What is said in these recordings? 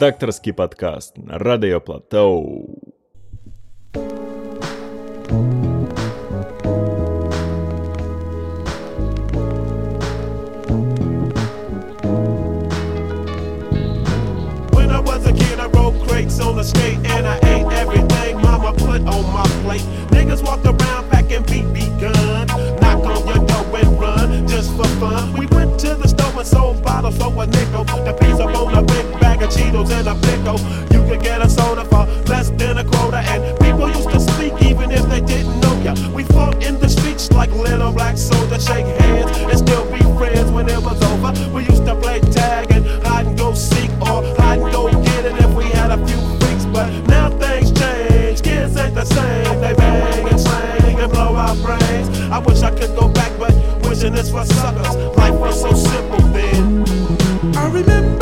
Редакторский подкаст на Радио Платоу. On the skate and I ate everything mama put on my plate. Niggas walked around packing BB guns, knock on your door and run just for fun. We went to the store and sold bottles for a nickel. The piece up on a big bag of Cheetos and a pickle. You could get a soda for less than a quarter, and people used to speak even if they didn't know ya. We fought in the streets like little black soldiers, shake hands and still be friends when it was over. We used to play tag and hide and go seek or hide and go get it if we had a few freaks. But now things change, kids ain't the same. They bang and slang and blow our brains. I wish I could go back, but wishing this for suckers. Life was so simple then. I remember.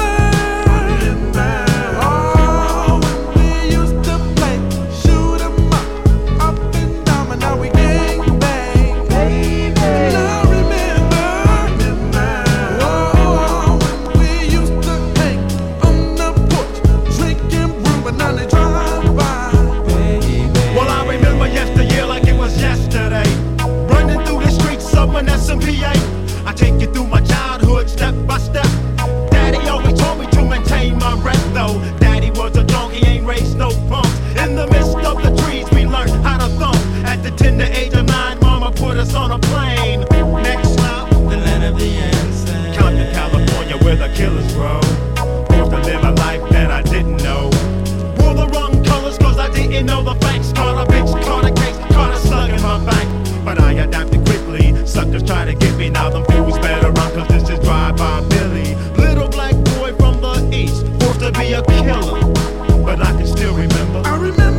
I take you through my childhood step by step. Daddy always told me to maintain my rep though. Daddy was a donkey, ain't raised no punks. In the midst of the trees we learned how to thump. At the tender age of 9, mama put us on a plane. Next stop, the land of the insane. Compton, California, where the killers grow. Forced to live a life that I didn't know. Wore the wrong colors cause I didn't know the facts. Caught a bitch, caught a case, caught a slug in my back. But I adapted quickly. Suckers try to get me, now them fools better run, cause this is Drive-By Billy. Little black boy from the east, forced to be a killer, but I can still remember. I remember.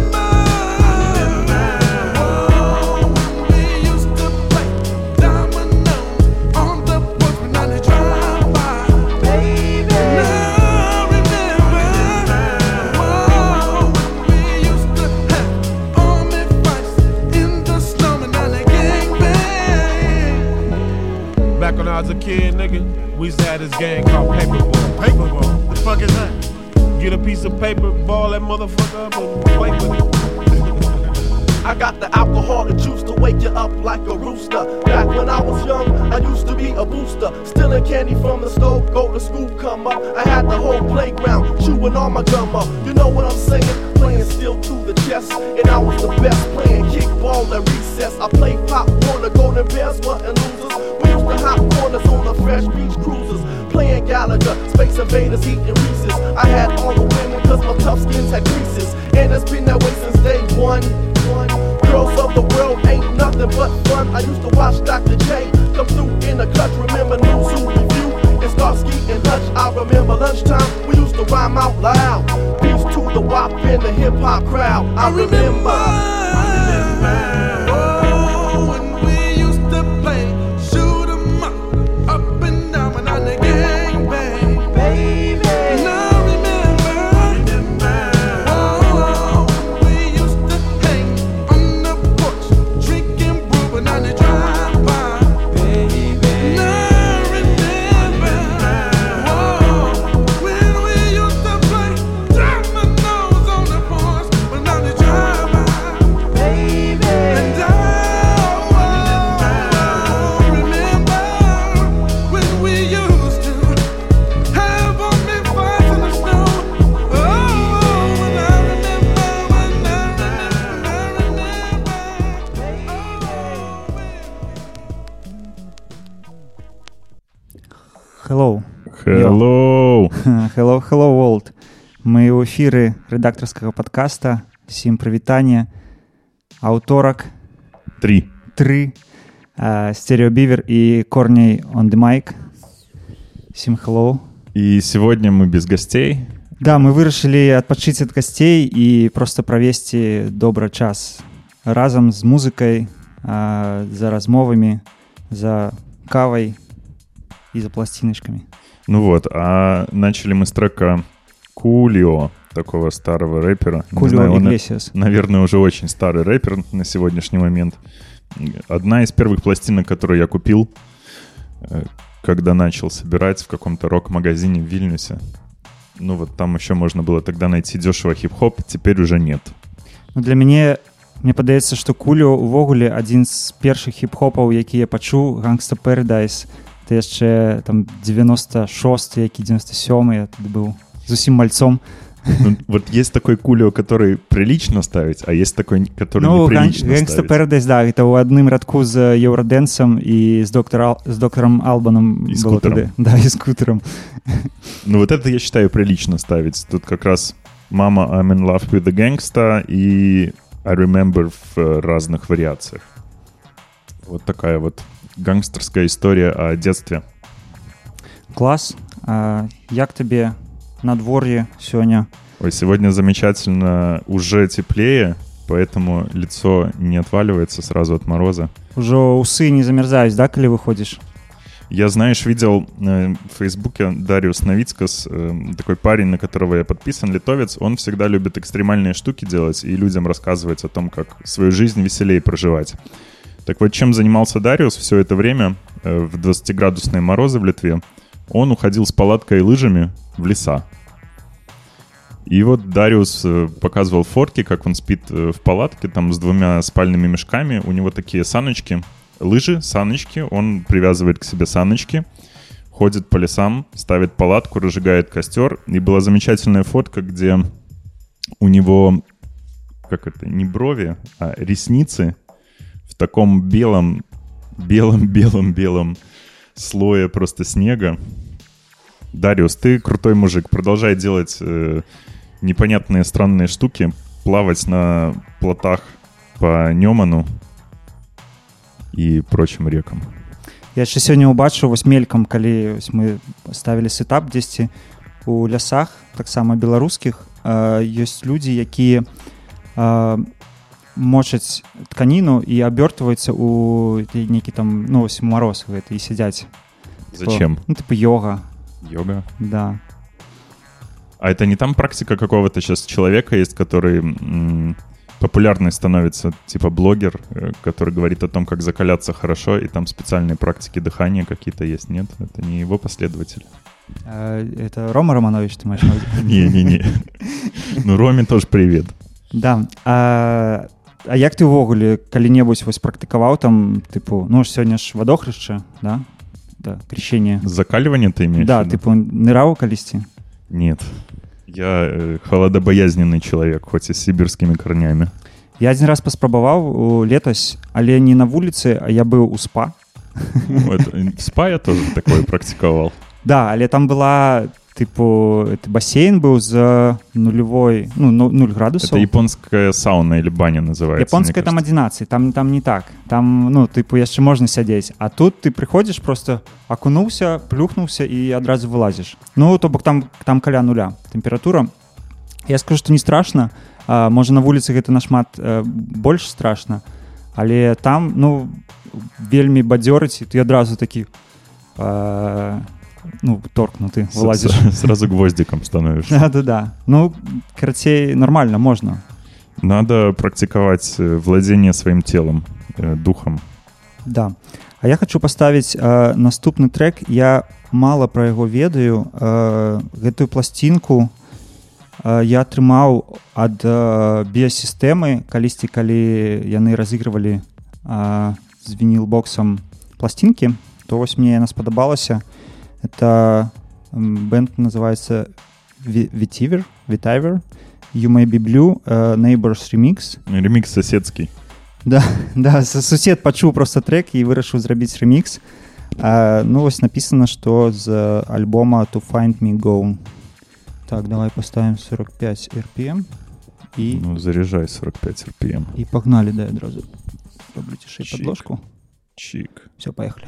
When I was a kid, nigga, we used to have this game called Paperball. Paperball? The fuck is that? Get a piece of paper, ball that motherfucker up and play with it. I got the alcohol and juice to wake you up like a rooster. Back when I was young, I used to be a booster. Stealing candy from the stove, go to school, come up. I had the whole playground, chewing all my gum up. You know what I'm saying? Playing steel to the chest. And I was the best playing kickball at recess. I played Pop Warner, Golden Bears, wasn't losers. We used to hop corners on the Fresh Beach cruisers. Playing Gallagher, Space Invaders, eating Reese's. I had all the women cause my tough skins had creases. And it's been that way since day one. Girls of the world ain't nothing but fun. I used to watch Dr. J come through in the clutch. Remember News Who Review and Starsky and Hutch. I remember lunchtime, we used to rhyme out loud. Peace to the WAP and the hip hop crowd. I remember. Oh, when we used to play shoot 'em up and down when I the gang bang, baby. And I remember. Oh, we used to hang on the porch, drinking brew when I the drive-by, baby. And I remember. Oh, when we used to play dominoes on the porch when I the drive-by, baby. And I remember when we used to have on me fights in the snow. Oh, when I Hello. Hello! Hello, hello, world. Мы ў эфіры рэдактарскага падкаста. Всім прывітанне. Аўторак 3. Стерео Бивер и Корней on the mic. Всім hello. И сегодня мы без гостей. Да, мы вырашылі адпачыць ад гасцей і проста правесці добры час разам з музыкай, за размовамі, за кавай и за пластиночками. Ну вот, а начали мы с трека Кулио, такого старого рэпера. Кулио Иглесиас. Наверное, уже очень старый рэпер на сегодняшний момент. Одна из первых пластинок, которую я купил, когда начал собирать в каком-то рок-магазине в Вильнюсе. Ну вот там еще можно было тогда найти дешево хип-хоп, теперь уже нет. Ну, для мяне, мне падаецца, што Кулю увогуле адзін з першых хіп-хопаў, які я пачуў, Gangsta Paradise. Это яшчэ там 96-й, які 97-й, я тут быў зусім мальцом. Ну, вот есть такой Кулио, который прилично ставить, а есть такой, который неприлично ставить. Gangsta Paradise, да, это ў адным радку з Еўрадэнсам і з доктором Албаном. И скутером. Да, и скутером. Ну вот это я считаю прилично ставить. Тут как раз «Mama, I'm in love with the gangsta» и «I remember» в разных вариациях. Вот такая вот гангстерская история о детстве. Класс. Як тебе надворье сегодня? Ой, сегодня замечательно, уже теплее, поэтому лицо не отваливается сразу от мороза. Уже усы не замерзают, да, когда выходишь? Я, знаешь, видел в Фейсбуке Дариус Новицкас, такой парень, на которого я подписан, литовец. Он всегда любит экстремальные штуки делать и людям рассказывать о том, как свою жизнь веселее проживать. Так вот, чем занимался Дариус все это время в 20-градусные морозы в Литве? Он уходил с палаткой и лыжами в леса. И вот Дариус показывал фотки, как он спит в палатке, там с 2 спальными мешками. У него такие саночки, лыжи, саночки. Он привязывает к себе саночки, ходит по лесам, ставит палатку, разжигает костер. И была замечательная фотка, где у него, как это, не брови, а ресницы в таком белом слое просто снега. Дариус, ты крутой мужик. Продолжай делать непонятные странные штуки, плавать на плотах по Неману и прочим рекам. Я яшчэ сёння ўбачыў вось мелькам, калі мы ставілі сетап дзесьці у лясах, таксама беларускіх, ёсць людзі, якія мочаць тканіну і абёртваюцца у нейкі там, ну, вось мароз гэты і сядзяць. Зачем? Ну, типа йога. Йога? Да. А это не там практика какого-то сейчас человека есть, который популярный становится, типа блогер, который говорит о том, как закаляться хорошо, и там специальные практики дыхания какие-то есть, нет? Это не его последователь. Это Рома Романович, ты маешь на увазі? Не-не-не. Ну, Роме тоже привет. Да. А як ты ўвогуле калі-небудзь вось практыкаваў там, тыпу, ну, сёння ж вадохрышча, да? Да, крещение. Закаливание ты имеешь? Да, тыпу, ныраў калісьці? Нет. Я холодобоязненный человек, хоть и с сибирскими корнями. Я один раз паспрабаваў летась, але не на вуліцы, а я быў у спа. В спа я тоже такое практиковал. Да, але там была, типу, бассейн был за нулевой, ну, 0 градусов. Это японская сауна или баня называется. Японская там 11, там не так. Там, ну, типу, яшчэ можна сядзець. А тут ты приходишь, просто окунуўся, плюхнулся и одразу вылазишь. Ну, то бок там каля 0 температура. Я скажу, что не страшно. Можа, на вуліцы гэта нашмат больш страшна. Але там, ну, вельмі бадзёрыць, і ты адразу такі... ну, торкнутый, вылазишь. Сразу гвоздиком становишься. Да. Ну, короче, нормально, можно. Надо практиковать владение своим телом, духом. Да. А я хочу поставить наступный трек. Я мало про яго ведаю. Гэтую пластинку я атрымаў ад біосістэмы, калісьці, калі яны разыгрывалі з вінілбоксам пластинки, то вось мне яна спадабалася. Это бэнд называется Vetiver, You May Be Blue, Neighbors Remix. Ремикс соседский. Да, сусед пачуў просто трек і вырашыў зрабіць ремикс. Ну, вось написано, что з альбома To Find Me Go. Так, давай поставим 45 RPM. И... Ну, заряжай 45 RPM. И погнали, да, одразу. Роблю тишей подложку. Чик. Все, поехали.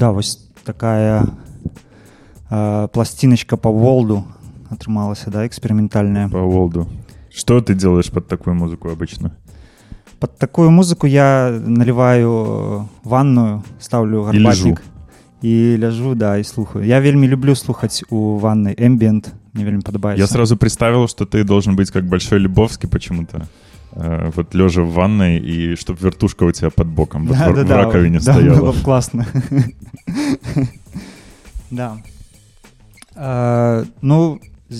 Да, вось такая пластиночка по Волду атрымалася, да, экспериментальная. По Волду. Что ты делаешь под такую музыку обычно? Под такую музыку я наливаю ванную, ставлю гарбатник и ляжу, да, и слухаю. Я вельмі люблю слухаць у ванной эмбиент, мне вельмі падабаецца. Я сразу представил, что ты должен быть как Большой Лебовский почему-то. Вот лежа в ванной, и чтоб вертушка у тебя под боком в раковине стояла. Да, было бы классно. Да. Ну,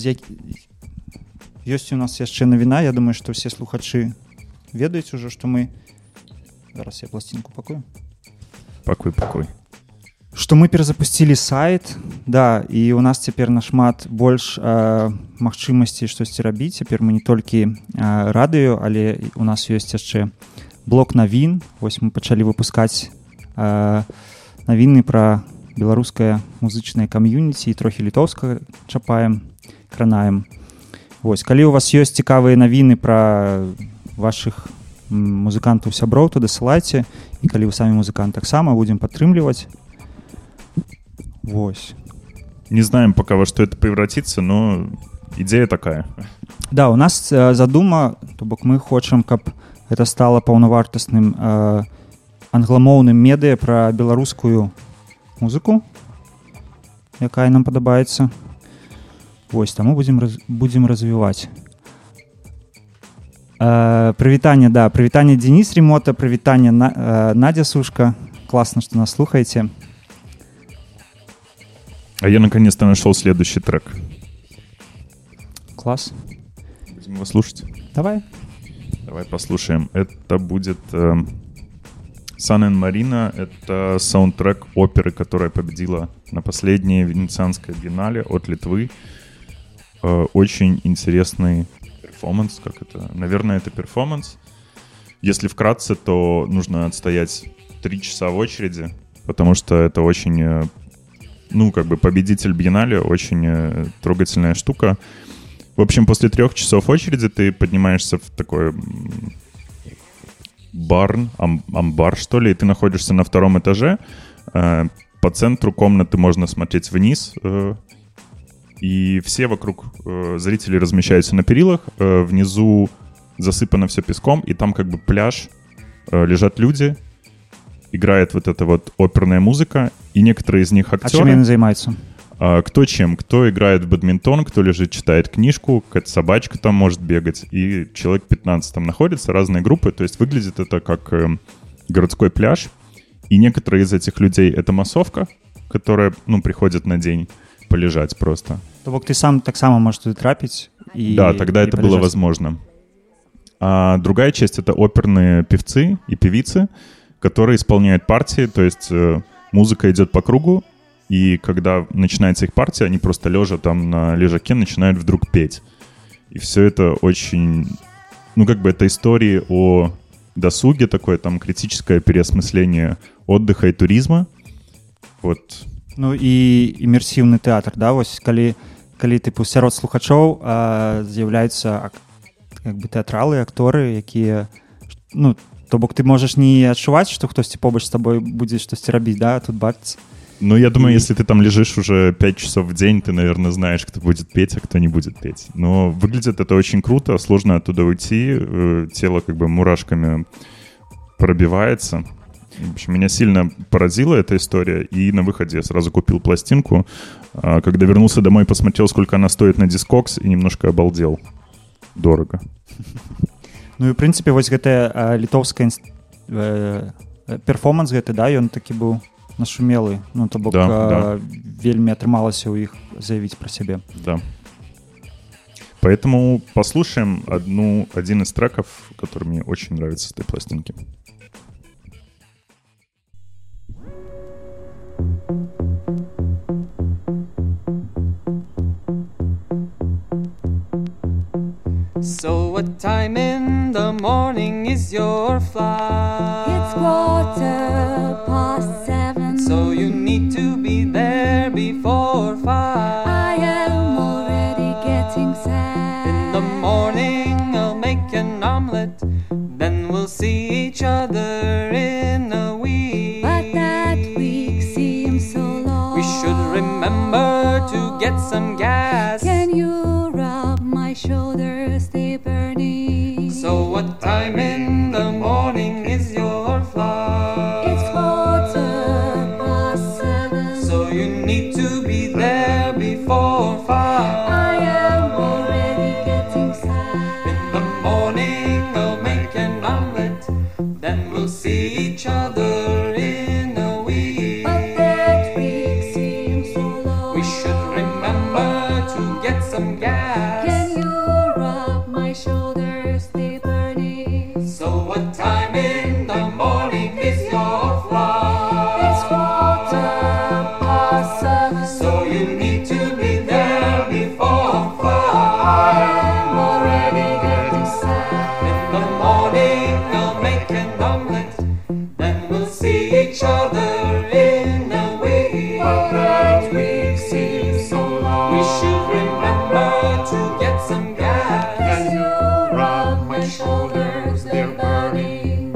ёсць у нас яшчэ навіна. Я думаю, што ўсе слухачы ведаюць ужо, што мы... Зараз я пластинку пакую. Пакуй. Што мы перазапусцілі сайт, да, і у нас цяпер нашмат больш магчымасцей штосьці рабіць. Цяпер мы не толькі радыё, але у нас ёсць яшчэ блок навін. Вось мы пачалі выпускаць навіны пра беларускае музычнае кам'юніці і трохі літоўскага чапаем, кранаем. Вось, калі у вас ёсць цікавыя навіны пра вашых музыкантаў сяброў, то дасылайце, і калі вы самі музыкант таксама, будзем падтрымліваць. Вось. Не знаем пока, во что это превратится, но идея такая. Да, у нас задума, то бок мы хочам, каб это стало паўнавартасным англамоўным медыа пра беларускую музыку, якая нам падабаецца. Вось, таму будзем развіваць. Прывітанне, да, прывітанне Денис Ремота, прывітанне Надя Сушка. Классно, что нас слухаете. А я наконец-то нашел следующий трек. Класс. Будем его слушать? Давай послушаем. Это будет Сан & Марина. Это саундтрек оперы, которая победила на последней Венецианской биеннале от Литвы. Очень интересный перформанс. Как это? Наверное, это перформанс. Если вкратце, то нужно отстоять 3 часа в очереди, потому что это очень... Ну, как бы победитель биеннале, очень трогательная штука. В общем, после 3 часов очереди ты поднимаешься в такой амбар, что ли, и ты находишься на 2-м этаже. По центру комнаты можно смотреть вниз, и все вокруг зрителей размещаются на перилах. Внизу засыпано все песком, и там как бы пляж, лежат люди, играет вот эта вот оперная музыка, и некоторые из них актеры. А чем они занимаются? Кто чем? Кто играет в бадминтон, кто лежит, читает книжку, какая-то собачка там может бегать, и человек 15 там находится, разные группы, то есть выглядит это как городской пляж, и некоторые из этих людей — это массовка, которая, ну, приходит на день полежать просто. То бок ты сам так само можешь туда трапить и... Да, тогда это полежать. было возможно. А другая часть — это оперные певцы и певицы, которые исполняют партии, то есть музыка идет по кругу, и когда начинается их партия, они просто лежа там на лежаке начинают вдруг петь. И все это очень... Ну, как бы это истории о досуге, такое там критическое переосмысление отдыха и туризма. Вот. Ну і імерсіўны тэатр, да, вось калі тыпу сярод слухачоў з'яўляюцца як бы тэатралы, акторы, якія, ну, то бок ты можаш не адчуваць, што хтосьці побач з табой будзе штосьці рабіць, да, тут бачыць. Ну, я думаю, если ты там лежишь уже 5 часов в день, ты, наверное, знаешь, кто будет петь, а кто не будет петь. Но выглядит это очень круто, сложно оттуда уйти, тело как бы мурашками пробивается. В общем, меня сильно поразила эта история, и на выходе я сразу купил пластинку. Когда вернулся домой, посмотрел, сколько она стоит на Discogs, и немножко обалдел. Дорого. Ну і в прынцыпе вось гэтая літоўская перформанс гэты, да, ён такі быў нашумелы, ну то бок да. Вельмі атрымалася ў іх заявіць пра сябе. Да. Поэтому послушаем один из треков, который мне очень нравится с этой пластинки. So what time in the morning is your flight? It's 7:15. So you need to be there before 5. I am already getting sad. In the morning I'll make an omelette, then we'll see each other in a week. But that week seems shoulders stay burning. So what time in the morning is your flight? It's 7:15. So you need to be there before 5. I am already getting sad. In the morning I'll make an omelette. Then we'll see each other in a week. But that week seems so long. We should remember to get some gas. Can you rub my shoulders stay burning? So what time in the morning is your flight? It's 7:15. So you need to be there before 5. I am already getting sad. In the morning I'll make an omelette. Then we'll see each other in a week. But that week seems so long. We should remember to get some gas. Can you rub my shoulders, they're burning.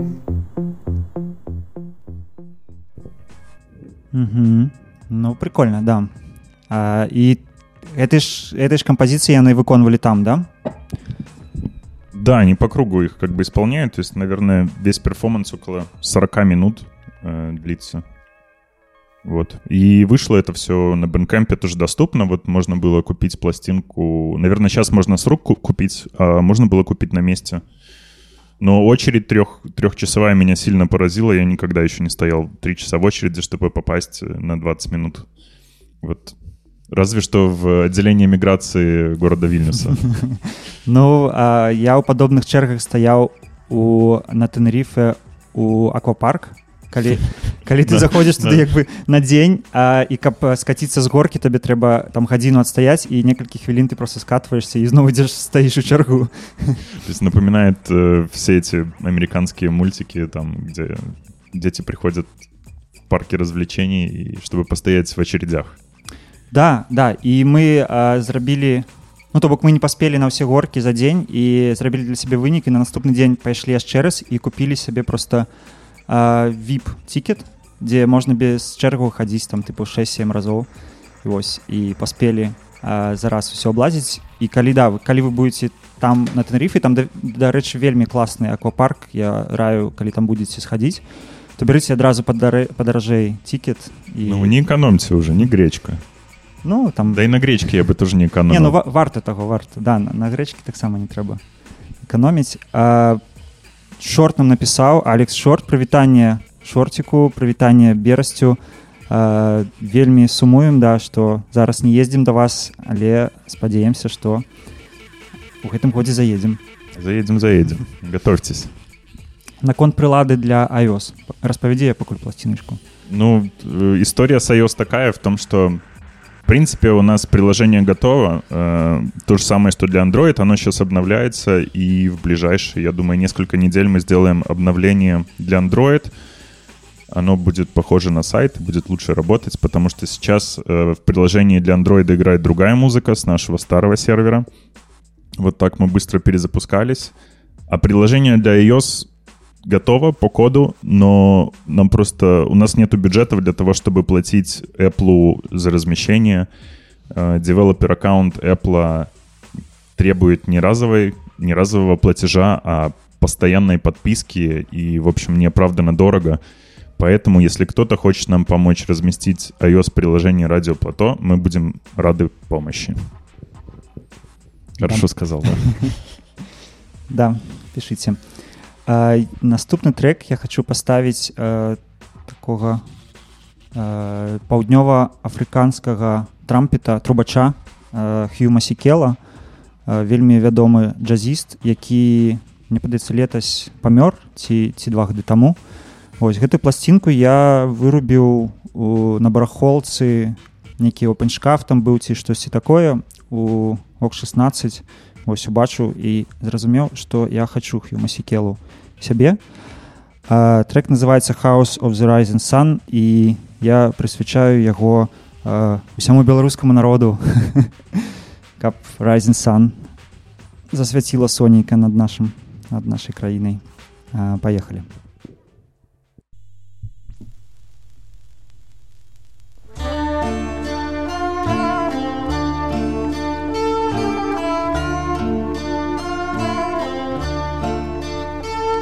Ну, прикольно, да. И этой ж композиции яны выконвалі там, да? Да, они по кругу их как бы исполняют. То есть, наверное, весь перформанс около 40 минут длится. Вот. И вышло это все на Bandcamp, тоже доступно. Вот можно было купить пластинку. Наверное, сейчас можно с рук купить, а можно было купить на месте. Но очередь трехчасовая меня сильно поразила. Я никогда еще не стоял 3 часа в очереди, чтобы попасть на 20 минут. Вот. Разве что в отделении миграции города Вильнюса. Ну, я ў падобных чэргах стаяў на Тэнеріфе у аквапарк. Калі ты заходзіш туды як бы на дзень, і каб скаціцца з горкі, табе трэба там гадзіну адстаяць, і некалькі хвілін ты просто скатваешься, і зноў ідзеш, стаіш у чергу. То есть напоминает все эти американские мультики, там, где дети приходят в парки развлечений, чтобы постоять в очередях. Да, і мы зрабілі... Ну, то бок мы не паспелі на ўсе горкі за дзень і зрабілі для сябе вынік, і на наступны дзень пайшлі яшчэ раз і купілі сабе просто VIP-тикет, дзе можна без чэргу хадзіць там тыпу 6-7 разоў. І паспелі зараз усё аблазіць. І калі вы будете там на Тэнеріфе, там, дарэчы, вельмі класны аквапарк, я раю, калі там будете схадзіць, то берыце адразу падаражэй тикет. Ну, не экономьте уже, не гречка. Ну, там... Да и на гречке я бы тоже не экономил. Не, ну варта таго, варта. Да, на гречке таксама не трэба экономіць. Шорт нам напісаў, Алекс Шорт, прывітанне Шортику, прывітанне Берасцю. Вельмі сумуем, да, што зараз не ездзім да вас, але спадзяемся, што у гэтым годзе заедзем. Заедзем. Готовьтесь. Наконт прылады для iOS. Распавядзі я пакуль пласціначку. Ну, история с iOS такая в том, что в принципе у нас приложение готово. То же самое, что для Android. Оно сейчас обновляется, и в ближайшие, я думаю, несколько недель мы сделаем обновление для Android. Оно будет похоже на сайт, будет лучше работать, потому что сейчас в приложении для Android играет другая музыка с нашего старого сервера. Вот так мы быстро перезапускались. А приложение для iOS готово по коду, но нам просто... У нас нету бюджетов для того, чтобы платить Apple за размещение. Девелопер аккаунт Apple требует не разового платежа, а постоянной подписки, и, в общем, неоправданно дорого. Поэтому, если кто-то хочет нам помочь разместить iOS-приложение Радио Плато, мы будем рады помощи. Хорошо сказал, да? Да, пишите. Наступны трек я хочу паставіць такога паўднёва-афрыканскага трампета, трубача Хью Масікела, вельмі вядомы джазіст, які, мне падаецца, летась памёр ці 2 гады таму. Вось гэтую пласцінку я вырубіў на барахолцы, нейкі опеншкаф там быў ці штосьці такое у ОК-16. Вось убачыў і зразумеў, што я хачу Хью Масікелу сябе. Трек называецца House of the Rising Sun, і я прысвячаю яго усяму беларускаму народу, каб Rising Sun засвяціла сонейка над нашай краінай. Паехалі.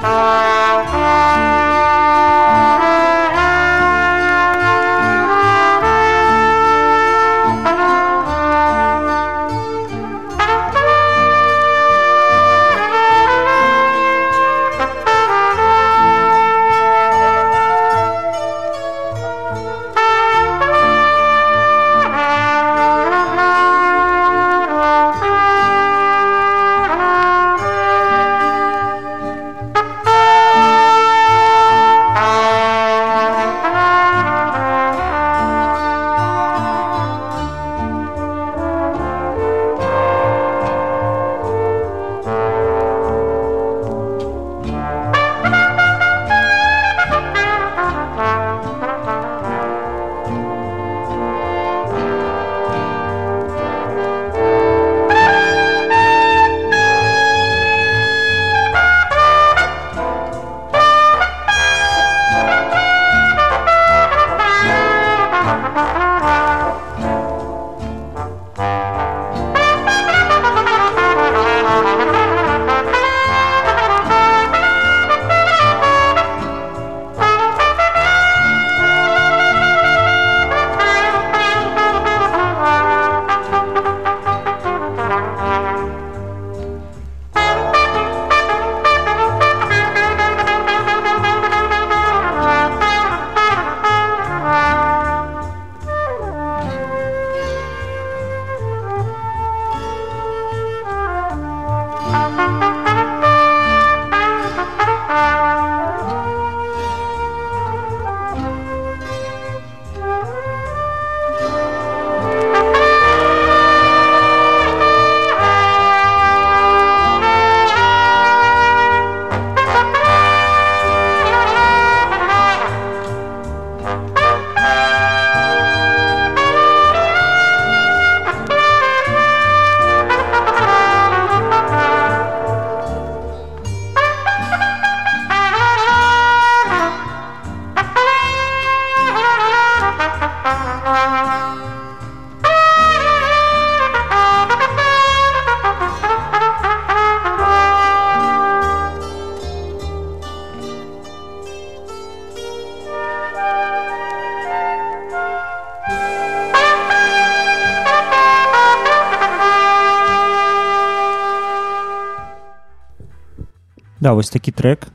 Да, вось такі трек.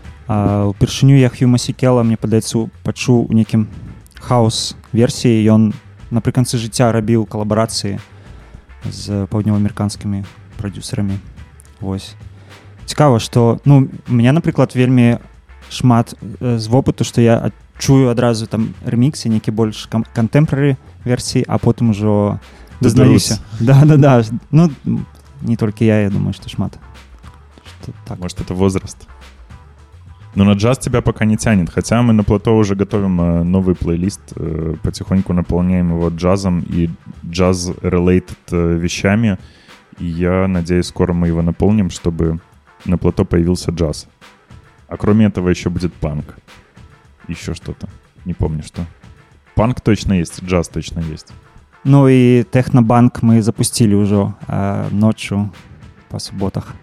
Упершыню я Хью Масікела, мне падаецца, пачуў у нейкім хаус-версіі. Ён напрыканцы жыцця рабіў калабарацыі з паўднёваамерыканскімі прадюсерамі. Вось. Цікава, што у мяне, напрыклад, вельмі шмат з вопыту, што я чую адразу там реміксы, нейкі больш кантэмпрары версіі, а потым ужо дазнаюся. Да. Ну, не толькі я думаю, што шмат. Так. Может, это возраст. Но на джаз тебя пока не тянет. Хотя мы на плато уже готовим новый плейлист. Потихоньку наполняем его джазом и джаз-релейтед вещами. И я надеюсь, скоро мы его наполним, чтобы на плато появился джаз. А кроме этого еще будет панк. Еще что-то. Не помню, что. Панк точно есть, джаз точно есть. Ну и технобанк мы запустили уже ночью по субботах.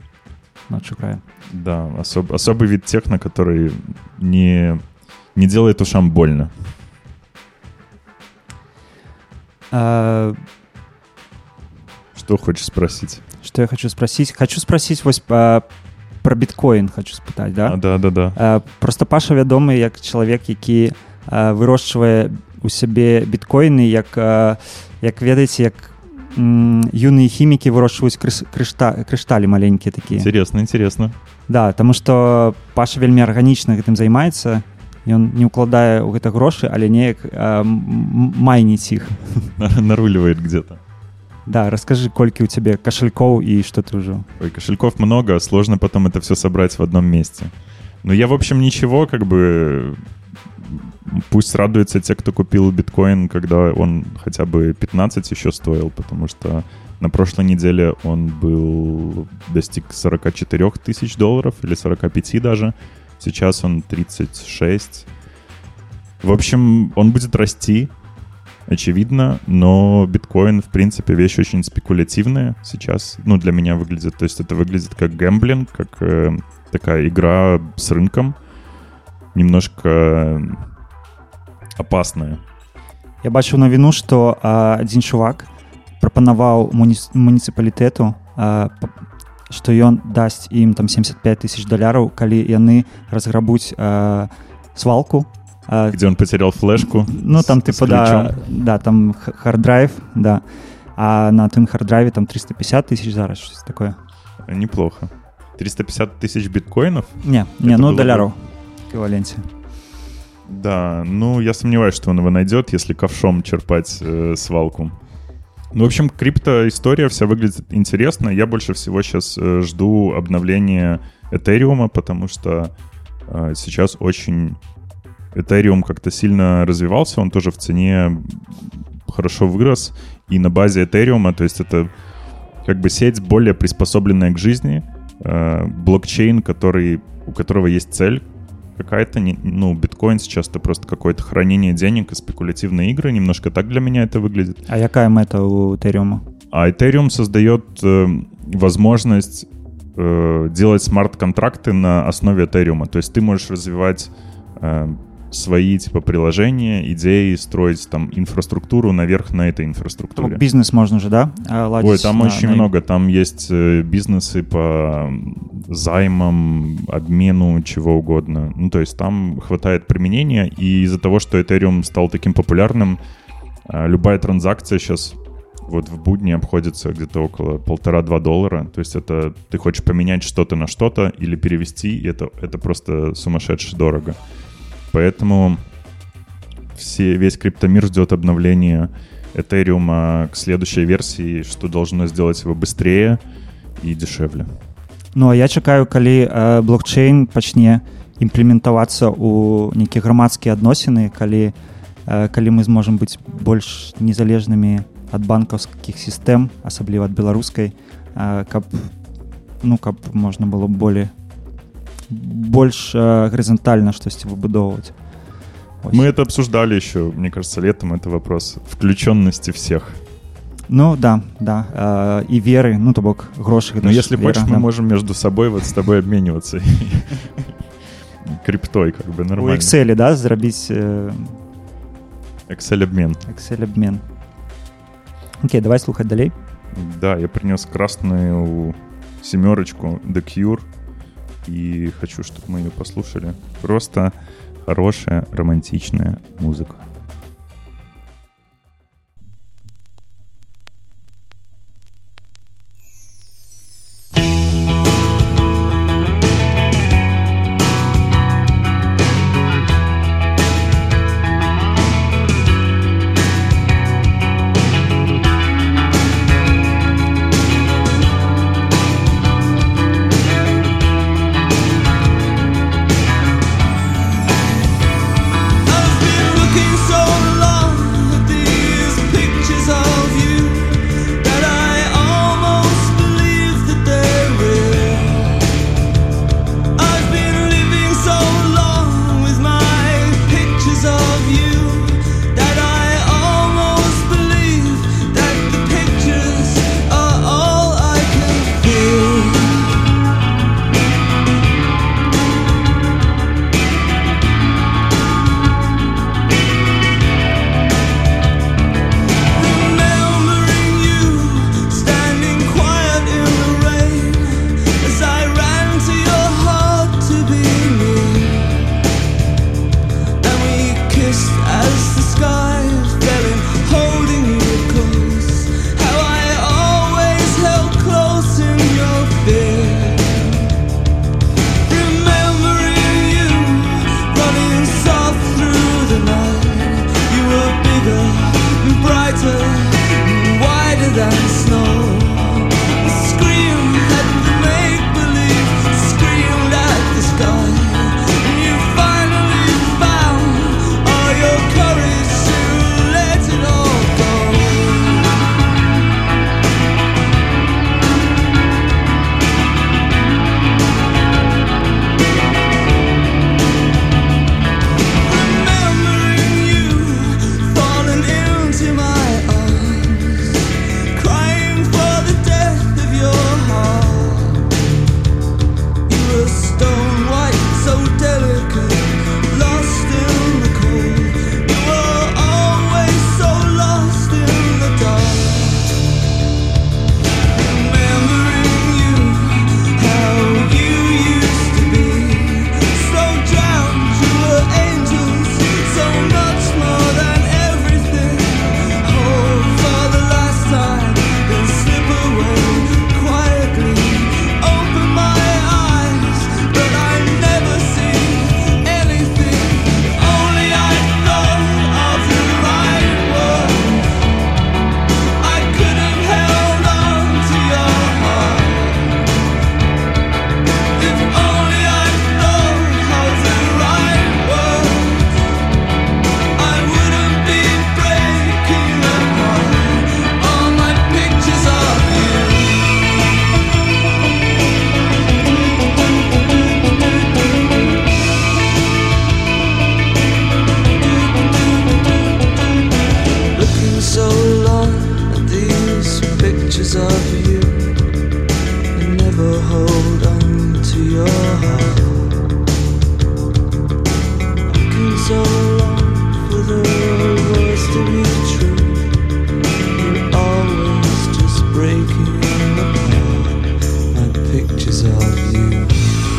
Ночью краем. Да, особый вид техно, который не делает ушам больно. Что хочешь спросить? Что я хочу спросить? Хочу спросить вось про біткоін, хочу спытаць, да? Да. Просто Паша вядомы як чалавек, які вырошчвае у сябе біткоіны, як ведаеце, як юные химики выращивают крыштали маленькие такие. Интересно. Да, потому что Паша вельмі арганічна гэтым займаецца, ён не укладае ў гэта грошы, але неяк майніць іх. Наруливает где-то. Да, расскажи, колькі у тебя кошельков и что ты уже... Ой, кошельков много, сложно потом это все собрать в одном месте. Но я, в общем, ничего, как бы... Пусть радуются те, кто купил биткоин, когда он хотя бы 15 еще стоил, потому что на прошлой неделе он достиг 44 тысяч долларов или 45 даже. Сейчас он 36. В общем, он будет расти. очевидно, но биткоин, в принципе, вещь очень спекулятивная сейчас, ну, для меня выглядит. То есть это выглядит как гэмблинг, как такая игра с рынком, немножко опасная. Я бачыў навіну, што адзін чувак прапанаваў муніцыпалітэту, што ён дасць ім там $75,000, калі яны разграбуць свалку. Где он потерял флешку. Ну, там типа, да, там харддрайв, да. А на тым харддрайве там 350,000 зараз, что-то такое. Неплохо. 350,000 биткоинов? Не, ну, долларов в эквиваленте. Да, ну, я сомневаюсь, что он его найдет, если ковшом черпать свалку. Ну, в общем, криптоистория вся выглядит интересно. Я больше всего сейчас жду обновления Этериума, потому что сейчас очень... Этериум как-то сильно развивался, он тоже в цене хорошо вырос. И на базе Этериума, то есть это как бы сеть более приспособленная к жизни, блокчейн, у которого есть цель какая-то. Ну, биткоин сейчас это просто какое-то хранение денег и спекулятивные игры. Немножко так для меня это выглядит. А какая мета у Этериума? А Этериум создает возможность делать смарт-контракты на основе Этериума. То есть ты можешь развивать свои типа приложения, идеи, строить там инфраструктуру наверх на этой инфраструктуре. Так, бизнес можно же, да? Ой, там очень много. Там есть бизнесы по займам, обмену, чего угодно. Ну, то есть там хватает применения, и из-за того, что Ethereum стал таким популярным, любая транзакция сейчас вот в будни обходится где-то около $1,5-2. То есть это ты хочешь поменять что-то на что-то или перевести, и это просто сумасшедше дорого. Поэтому весь криптомир ждет обновления Ethereum к следующей версии, что должно сделать его быстрее и дешевле. Ну, а я чакаю, калі блокчейн пачне імплементавацца ў нейкія грамадскія адносіны, калі мы зможам быць больш незалежнымі ад банкаўскіх сістэм, асабліва ад беларускай, каб можна было больш горизонтально штосьці выбудоўваць. Мы это обсуждали еще, мне кажется, летом. Это вопрос включенности всех. Ну, да. И веры, ну, то бок, гроши. Но если хочешь, мы можем между собой вот с тобой обмениваться. Криптой, как бы, нормально. У Excel, да, зрабіць... Excel-обмен. Окей, давай слухать далей. Да, я принес красную 7 The Cure. И хочу, чтобы мы ее послушали. Просто хорошая, романтичная музыка. Looking so you.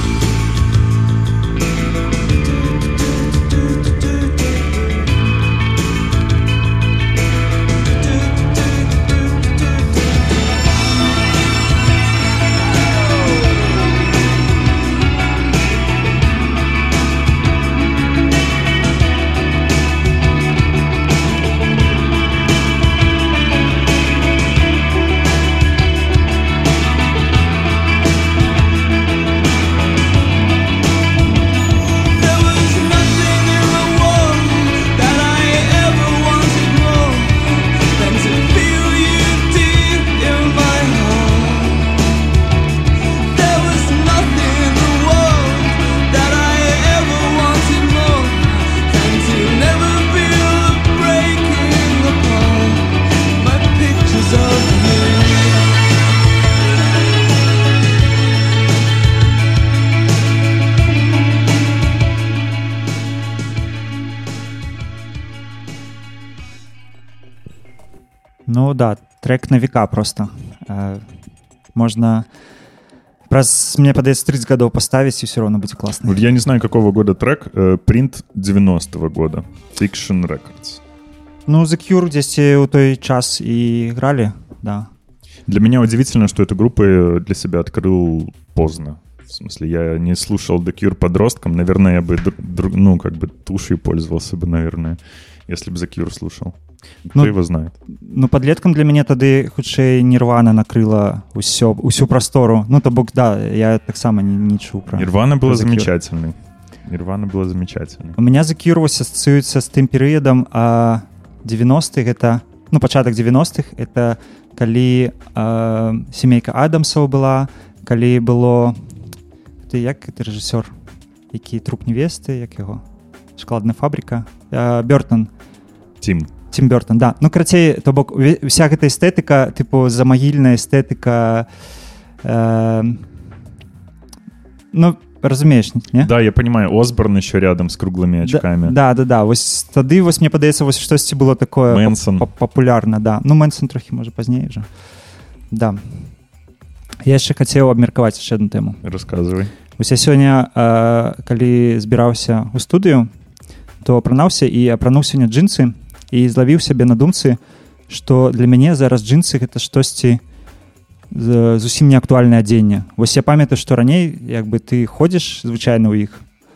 Ну да, трек на века просто. Можно мне падаецца 30 гадоў поставить, и все равно будет классно. Вот я не знаю, какого года трек. Принт 90-го года. Fiction Records. Ну, The Cure здесь у той час и играли, да. Для меня удивительно, что эту группу я для себя открыл поздно. В смысле, я не слушал The Cure подростком. Наверное, я бы, тушью пользовался бы, наверное, если бы The Cure слушал. Кто его знает. Ну, подлеткам для мяне тады хутчэй Нірвана накрыла усю прастору. Ну, то бок, да, я таксама не чуў пра. Нірвана была замечательной. Нірвана была замечательной. У меня The Cure ассоциируется с тым перыядам 90-х, это, ну, пачатак 90-х, это калі сямейка Адамсаў была, калі было... Ты як ты рэжысёр? Які труп невесты, як яго? Шакаладная фабрика? Бёртон. Тим Бёртон, да. Ну, карацей, то бок, вся гэта эстэтыка, типу, замагільная эстэтыка, ну, разумеешь, не? Да, я понимаю, Осборн еще рядом с круглыми очками. Да. Вось тады, вось, мне падаецца, вось штосьці было такое популярна, да. Ну, Мэнсон трохі, можа, пазней уже. Да. Я яшчэ хацеў абмеркаваць яшчэ одну тэму. Расказвай. Вось я сёння, калі збіраўся ў студыю, то апранаўся і апрануў сёння джинсы, і злавіў сябе на думцы, што для мяне зараз джинсы гэта штосьці зусім неактуальнае адзенне. Вось я памятаю, што раней як бы ты ходзіш звычайна ў іх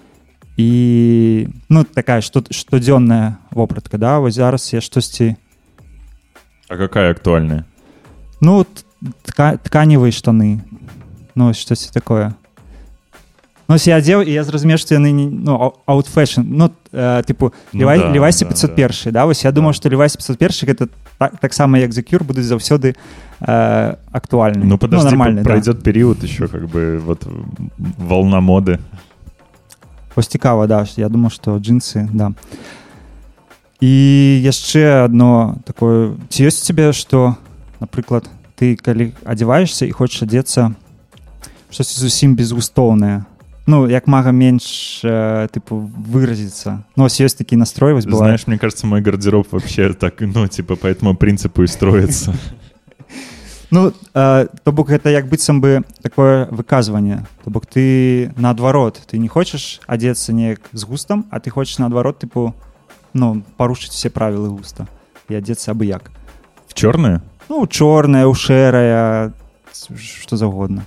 і ну такая штодзённая вопратка, да, вось зараз я штосьці. А какая актуальная? Ну тканевыя штаны, ну штосьці такое. Ну, я адзеў, і я зразумеў, што яны ну, out fashion. Ну, типу, Levi's 501, да, вось я думаў, што Levi's 501 гэта таксама, як The Cure, будуць заўсёды актуальны. Ну, подожди, пройдет период еще, как бы, вот, волна моды. Вось цікава, да, я думаю, што джинсы, да. І яшчэ одно такое, ці ёсць у цябе, што, напрыклад, ты, калі адзяваешся і хочаш адзецца штосьці зусім безгустоўнае, ну, як мага менш, типу, выразиться. Ну, есть такие настрой, бывает. Знаешь, мне кажется, мой гардероб вообще так, ну, типа, по этому принципу и строится. Ну, то бок, это як быццам бы такое выказывание. То бок, ты наадварот, ты не хочешь одеться неяк с густом, а ты хочешь наадварот, типу, ну, порушить все правила густа и одеться абы як. В черное? Ну, черное, у шерая, что завгодно.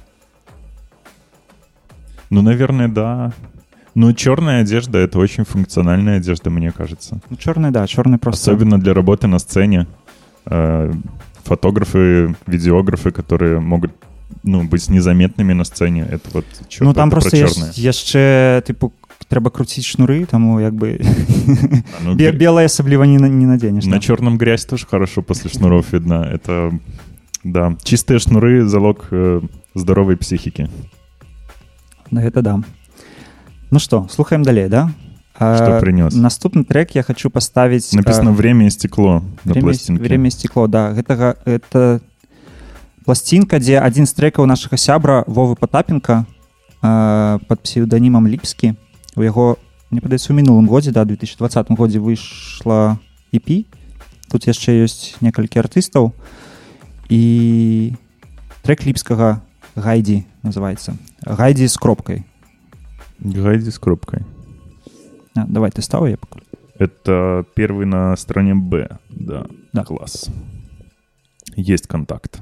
Ну, наверное, да. Ну, черная одежда — это очень функциональная одежда, мне кажется. Ну, черная, да, черная просто. Особенно для работы на сцене. Фотографы, видеографы, которые могут, ну, быть незаметными на сцене, это вот ну, там просто яшчэ, типу, трэба круціць шнуры, таму як бы белое асабліва не наденешь. На черном грязь тоже хорошо после шнуров видно. Это, да, чистые шнуры — залог здоровой психики. Да, это да. Ну что, слухаем далее, да? Что принес? Наступный трек я хочу поставить... Написано «Время и стекло» на пластинке. «Время и стекло», да. Это пластинка, где один из треков нашего сябра Вовы Потапенко под псевдонимом Липский. У яго, мне падаецца, у мінулым годзе, да, 2020 годзе выйшла EP. Тут яшчэ ёсць некалькі артыстаў. І трек Ліпскага «Гайдзі» называется. Гайди с кропкой. Гайди с кропкой. Давай, ты ставь, я покажу. Это первый на стороне Б. Да. Да. Класс. Есть контакт.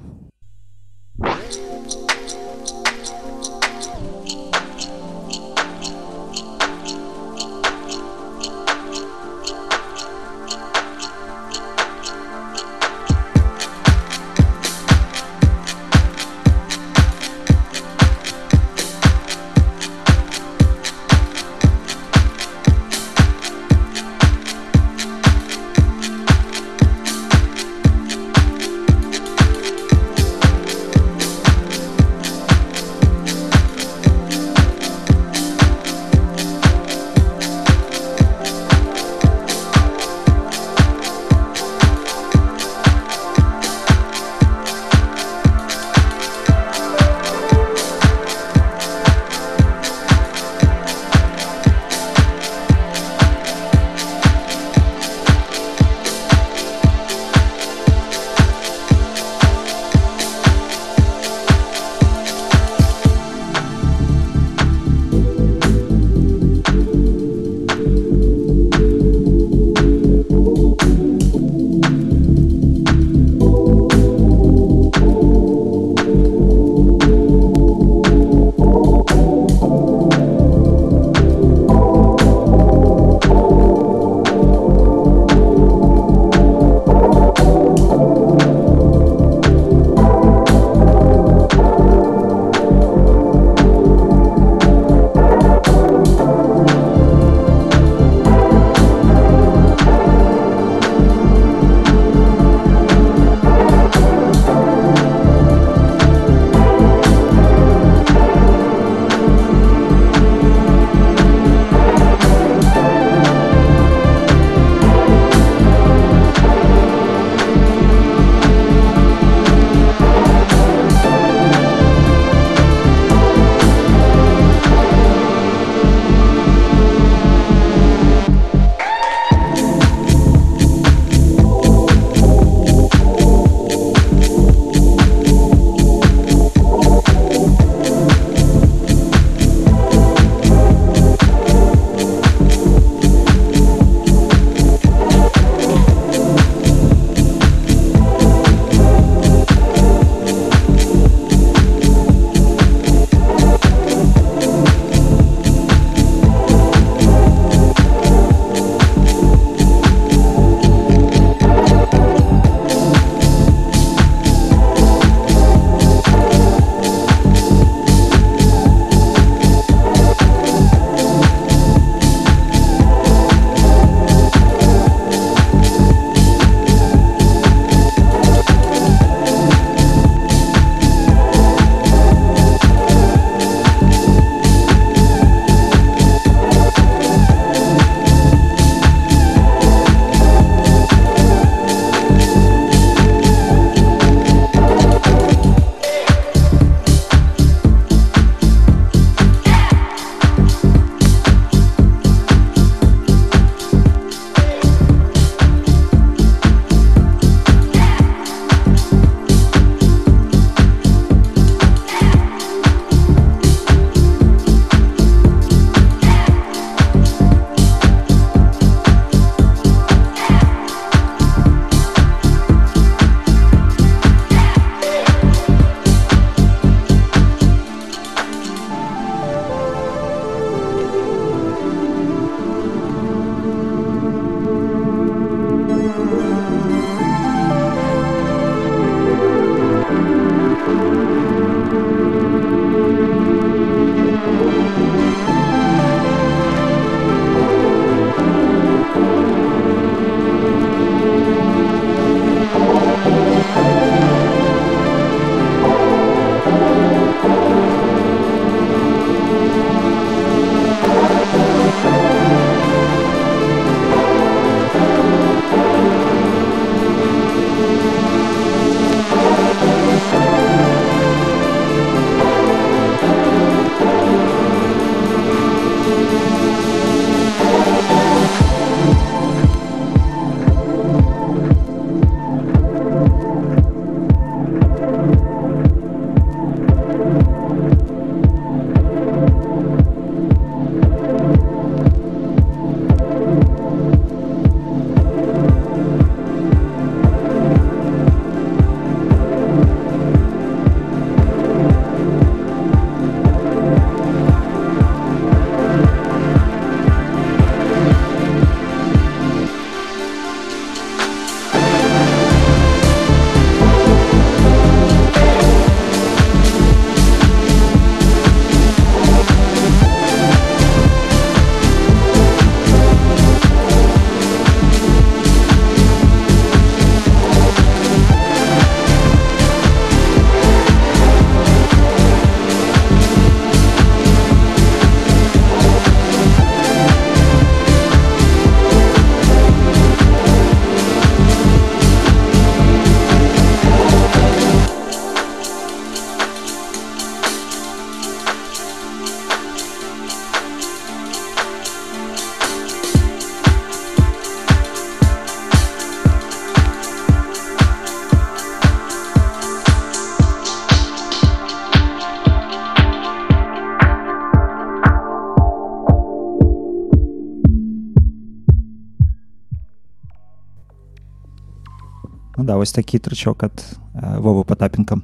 да, вось такі трачок ад Вовы Потапенко.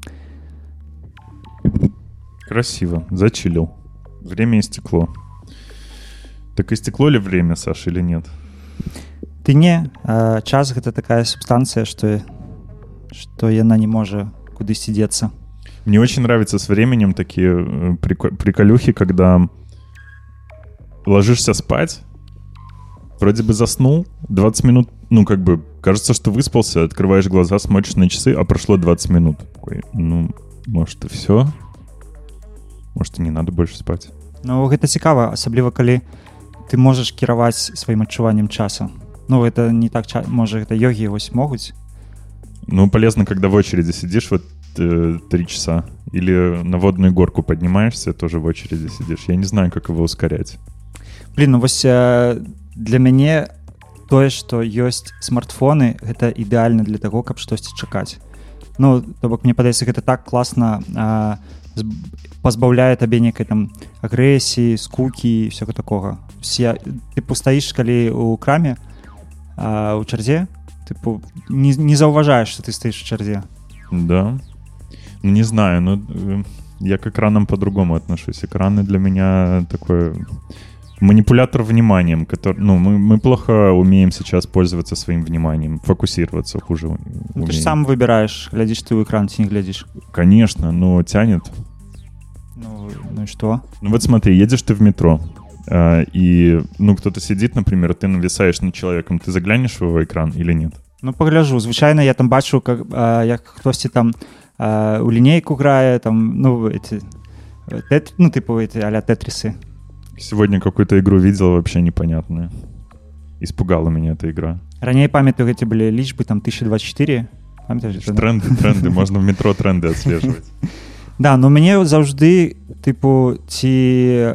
Красиво, зачилил. Время истекло. Так истекло ли время, Саша, или нет? Ты не, час гэта такая субстанцыя, што яна не можа кудысьці дзецца. Мне очень нравятся с временем такие приколюхи, когда ложишься спать, вроде бы заснул, 20 минут, ну, как бы, кажется, что выспался, открываешь глаза, смотришь на часы, а прошло 20 минут. Такой, ну, может, и все? Может, и не надо больше спать? Ну, гэта цікава, асабліва, калі ты можаш кіраваць сваім адчуваннем часу. Ну, это не так, можа, гэта йогі вось могуць. Ну, полезно, когда в очереди сидишь вот 3 часа. Или на водную горку поднимаешься, тоже в очереди сидишь. Я не знаю, как его ускорять. Блин, ну вось для мяне тое, што ёсць смартфоны, гэта ідэальна для таго, каб штосьці чакаць. Ну, то бок, мне падаецца, гэта так класна пазбаўляе табе нейкай там агрэсіі, скукі і ўсяго такога. Тыпу, стаіш, калі ў краме, у чарзе, тыпу, не заўважаеш, што ты стаіш у чарзе. Да. Ну, не знаю, но я к экранам по-другому отношусь. Экраны для меня такой манипулятор вниманием, который, ну, мы плохо умеем сейчас пользоваться своим вниманием, фокусироваться хуже умеем. Ну, ты же сам выбираешь, глядишь ты в экран, ты не глядишь. Конечно, но тянет. Ну и что? Ну вот смотри, едешь ты в метро, и, ну, кто-то сидит, например, ты нависаешь над человеком, ты заглянешь в его экран или нет? Ну, погляжу. Звычайно, я там бачу, як хтосьці там у линейку грае, там, ну, типу, а-ля тетрисы. Сегодня какую-то игру видел вообще непонятную. Испугала меня эта игра. Ранее, памятаю, эти были личбы, там, 1024. Памятаешь? Тренды, можно в метро тренды отслеживать. Да, но мне заўжды, типу, ці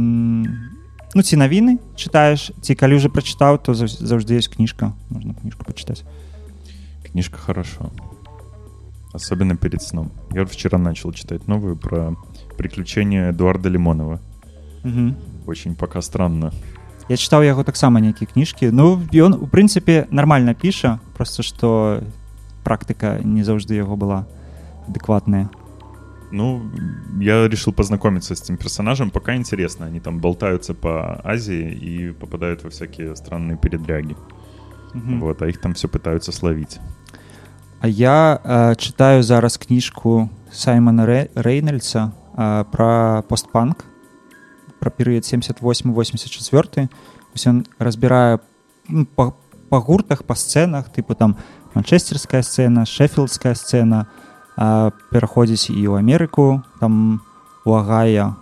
навіны читаешь, ці калі уже прочитал, то заўжды есть книжка. Можно книжку почитать. Книжка хорошо. Особенно перед сном. Я вчера начал читать новую про приключения Эдуарда Лимонова. Угу. Очень пока странно. Я читаў яго таксама нейкія кніжкі. Ну, ён, у прынцыпе, нармальна піша, просто што практыка не заўжды яго была адэкватная. Ну, я решил познакомиться с этим персонажем. Пока интересно. Они там болтаются по Азии и попадают во всякие странные передряги. Угу. Вот, а их там все пытаются словить. А я читаю зараз кніжку Саймона Рейнольдса про постпанк, про перыяд 78-84. Ён разбірае по гуртах, по сценах, типу там манчестерская сцена, шеффілдская сцена, пераходзіць і ў Амерыку, там у Агая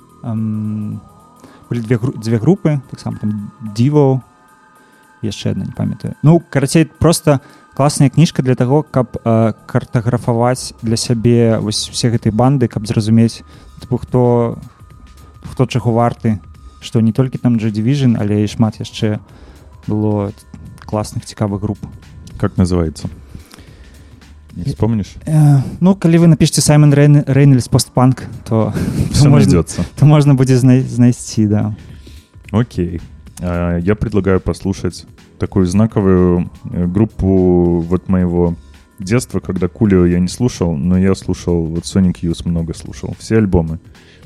былі дзве групы, таксама там Divo, яшчэ адна, не памятаю. Ну, карацей, просто класная кніжка для таго, каб картаграфаваць для сябе вось усе гэтай банды, каб зразумець, типу, хто чаго варты, што не толькі там Joy Division, але і шмат яшчэ было класных, цікавых груп. Как называется? Не вспомнишь? Ну, калі вы напишите Саймон Рейнольдс постпанк, то можно будет знайсці, да. Окей. Я предлагаю послушать такую знаковую группу вот моего детства, когда Кулио я не слушал, но я слушал, вот Sonic Youth много слушал, все альбомы.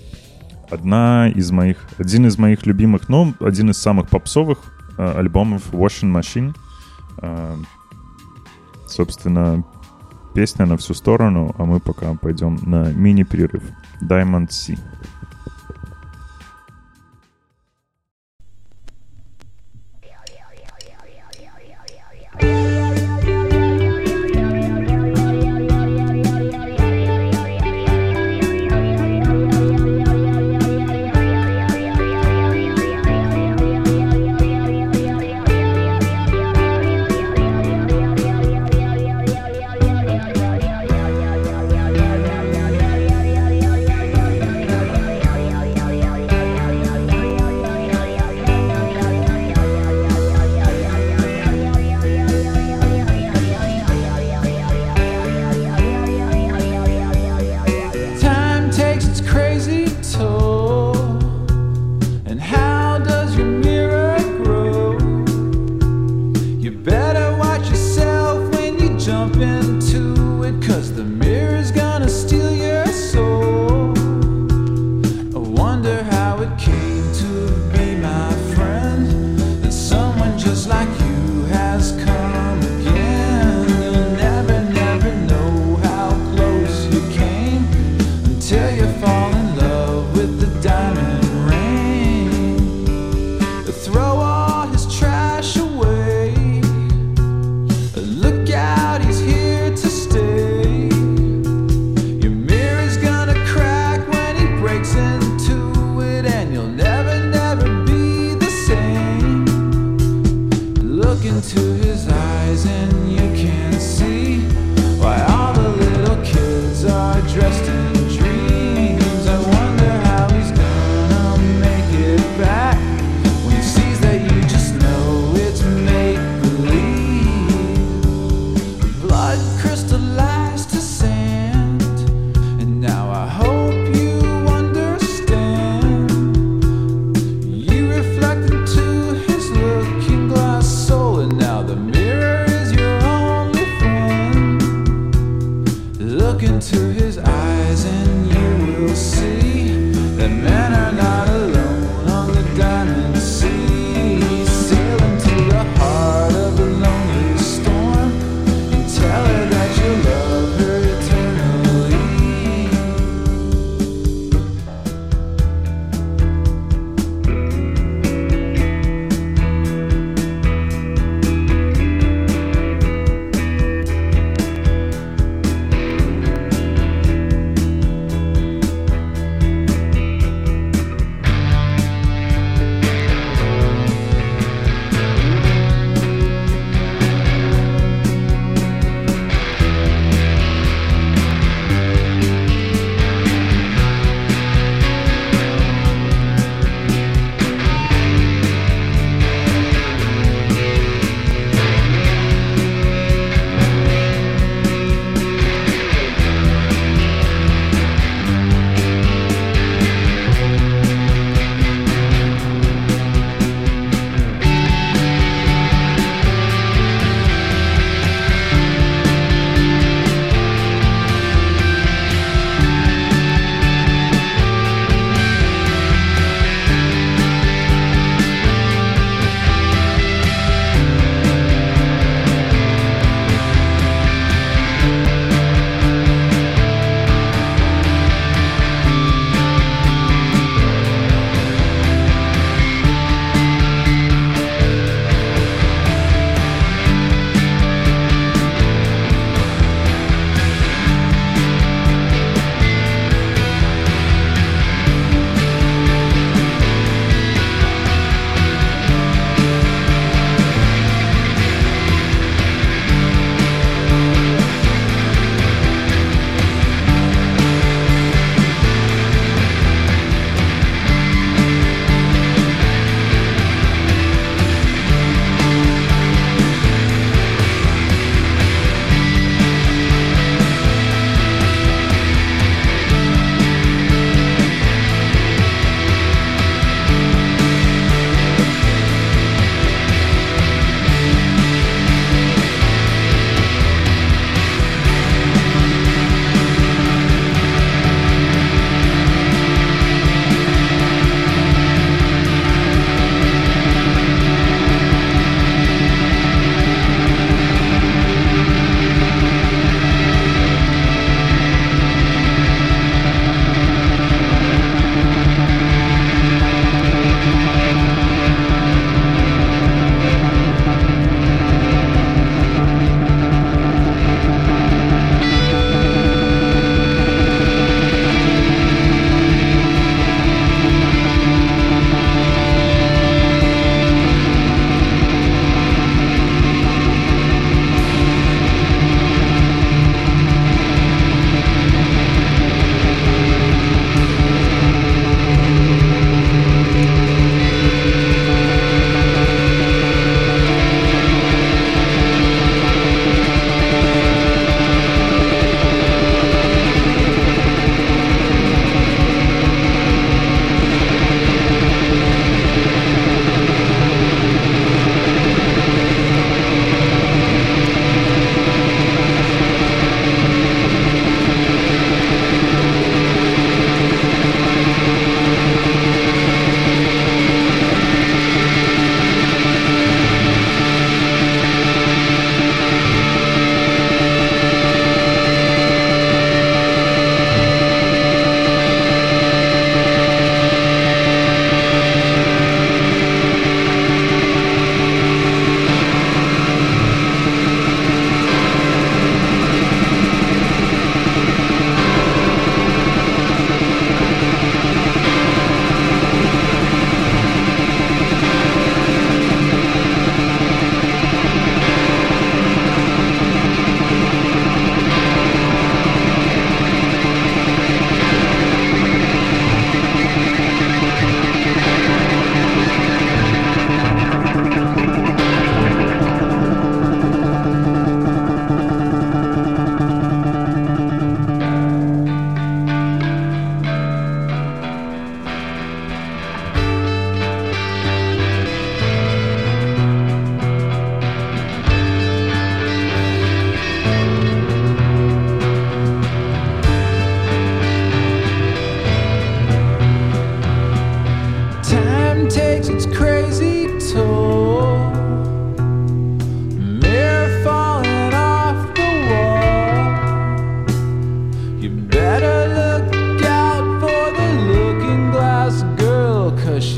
Один из моих любимых, ну, один из самых попсовых альбомов Washing Machine. Собственно, песня на всю сторону, а мы пока пойдем на мини-перерыв. Diamond Sea. wonder how it came to be, my friend, that someone just like you has come again. You'll never, never know how close you came until you fall in love with the diamond ring. Throw all his trash away. Look out, he's here to stay. Your mirror's gonna crack when he breaks into it, and you'll never, never be the same. Look into his eyes and you can see why all the little kids are dressed in dreams. I wonder how he's gonna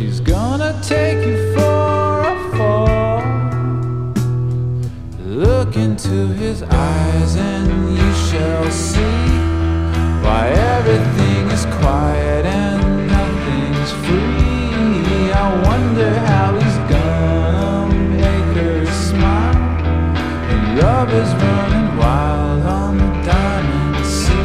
She's gonna take you for a fall. Look into his eyes and you shall see why everything is quiet and nothing's free. I wonder how he's gonna make her smile. And love is running wild on the diamond sea.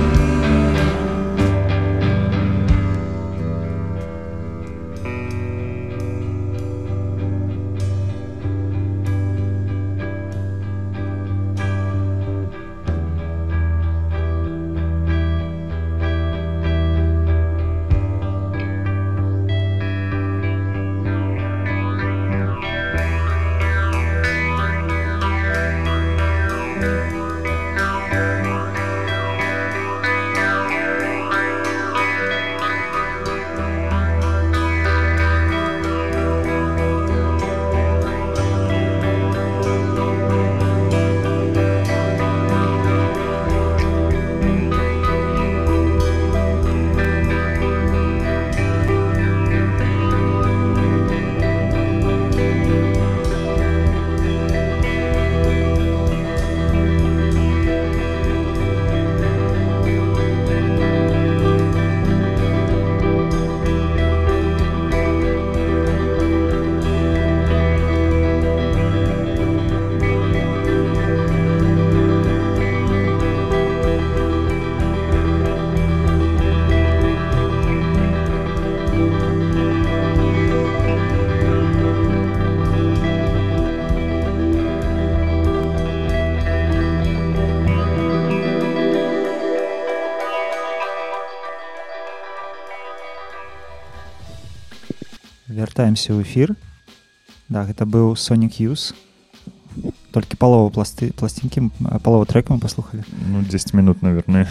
Вяртаемся ў эфір. Да, гэта быў Sonic Youth. Толькі палову пластинкі, палову трека мы послухали. Ну, 10 минут, наверное.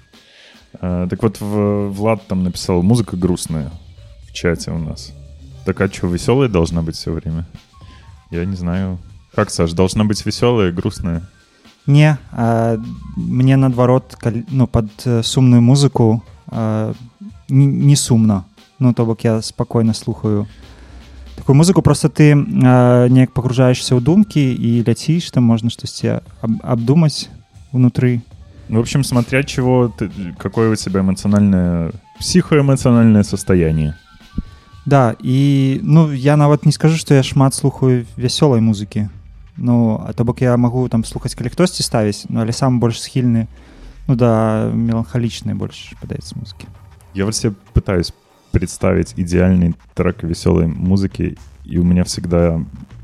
Так вот, Влад там написал: музыка грустная в чате у нас. Так а что, веселая должна быть все время? Я не знаю. Как, Саш, должна быть веселая, грустная? Не, мне наадварот, пад сумную музыку не сумна. Ну, то бок я спокойно слухаю такую музыку, просто ты неяк погружаешься ў думкі і ляціш, там можна штосьці абдумаць унутры. Ну, в общем, смотря чего, какое у тебя эмоциональное, психоэмоциональное состояние. Да, і я нават не скажу, што я шмат слухаю вясёлай музыкі. Ну, а то бок я магу там слухаць, калі хтосьці ставіць, але сам больш схільны, да меланхалічнай больш, падаецца, музыкі. Я вот себе пытаюсь представить идеальный трек веселой музыки, и у меня всегда,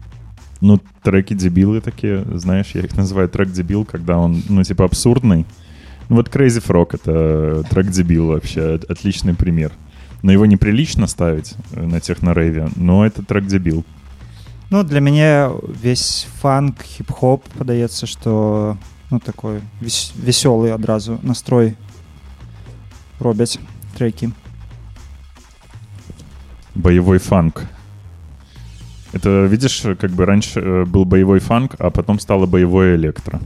треки-дебилы такие, знаешь, я их называю трек-дебил, когда он, типа абсурдный. Вот Crazy Frog — это трек-дебил вообще, отличный пример. Но его неприлично ставить на техно-рейве, но это трек-дебил. Для меня весь фанк, хип-хоп, падаецца, что, такой веселый адразу настрой робяць треки. Боевой фанк. Это, видишь, как бы раньше был боевой фанк, а потом стало боевое электро.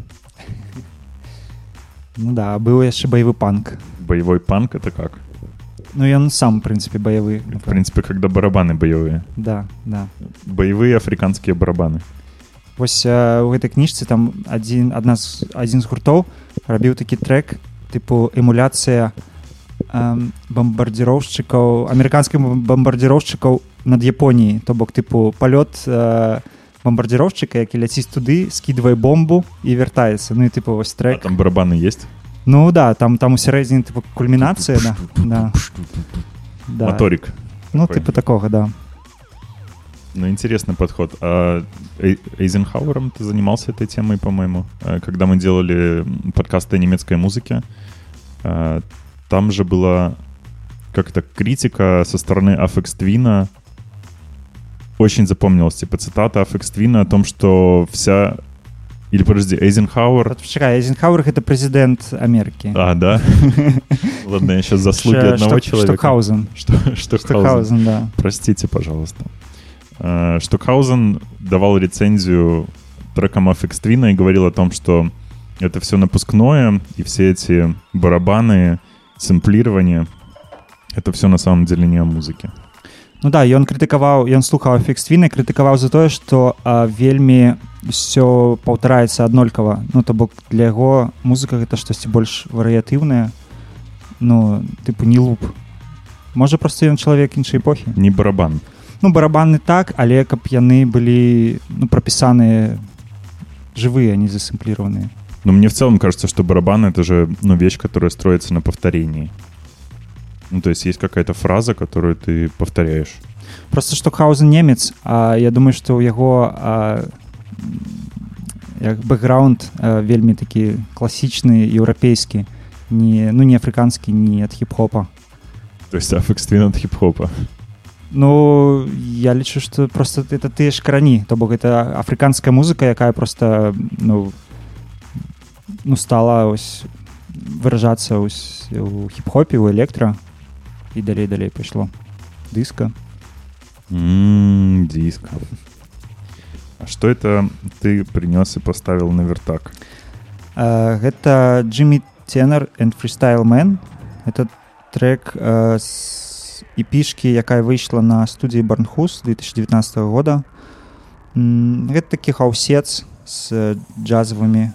Ну да, был еще боевой панк. Боевой панк — это как? Он сам, в принципе, боевый. В принципе, когда барабаны боевые. Да, да. Боевые африканские барабаны. Вось у гэтай кніжцы там адзін з гуртоў рабіў такі трек, типу эмуляцыя бомбардзіроўшчыкаў, амерыканскіх бомбардзіроўшчыкаў над Японіяй. То бок, типу, палёт бомбардзіроўшчыка, які ляціць туды, скідвае бомбу і вяртаецца. І, типу, вось трек. А там барабаны есть? Да, там у сярэдзіне, типу, кульмінацыя, да. Моторик. Типу такого, да. Интересный подход. А Эйзенхауэром ты занимался этой темой, по-моему, когда мы делали подкасты о немецкой музыке. Там же была как-то критика со стороны Aphex Twin. Очень запомнилась, типа, цитата Aphex Twin о том, что вся... Или, подожди, Эйзенхауэр... Эйзенхауэр — это президент Америки. А, да? Ладно, я сейчас заслуги одного человека. Штокхаузен. Штокхаузен, да. Простите, пожалуйста. Штокхаузен давал рецензию трекам Aphex Twin и говорил о том, что это все напускное, и все эти барабаны, сэмплирование — это все на самом деле не о музыке. Ну да, ён крытыкаваў, ён слухаў Aphex Twin і крытыкаваў за тое, што вельмі ўсё паўтараецца аднолькава. Ну, то бок для яго музыка гэта штосьці больш варыятыўнае, ну, тыпу не луп. Можа, проста ён чалавек іншай эпохі. Не барабан. Ну, барабаны так, але каб яны былі, ну, прапісаныя живые, а не засэмплірованыя. Но мне в целом кажется, что барабан — это же, ну, вещь, которая строится на повторении. Ну, то есть какая-то фраза, которую ты повторяешь. Просто Штокхаузен немец, а я думаю, што ў яго бэкграунд вельмі такі класічны, еўрапейскі, не афрыканскі, не ад хіп-хопа. То есть Aphex Twin от хіп-хопа. Ну, я лічу, што просто это тыя ж карані, то бок это афрыканская музыка, якая просто, ну стала ось выражацца у хіп-хопе, у электро, і далей пайшло. Диско. Диско. А что это ты принес и поставил на вертак? Гэта Jimmy Tenor and Freestyle Man. Это трек с эпішкі, якая выйшла на студыі Barnhouse 2019 года. Гэта такі хаусец з джазовыми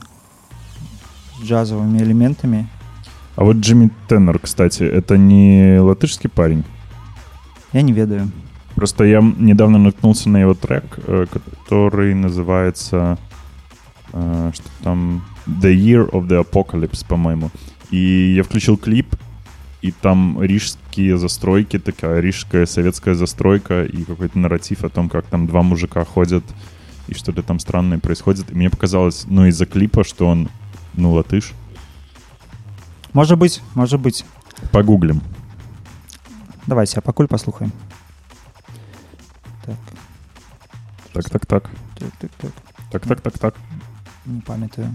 элементами. А вот Джимми Теннер, кстати, это не латышский парень? Я не ведаю. Просто я недавно наткнулся на его трек, который называется что там The Year of the Apocalypse, по-моему. И я включил клип, и там рижские застройки, такая рижская советская застройка и какой-то нарратив о том, как там два мужика ходят и что-то там странное происходит. И мне показалось, ну, из-за клипа, что он, ну, латыш. Может быть. Погуглим. Давайте, а покуль послухаем. Так. Так. Не памятаю.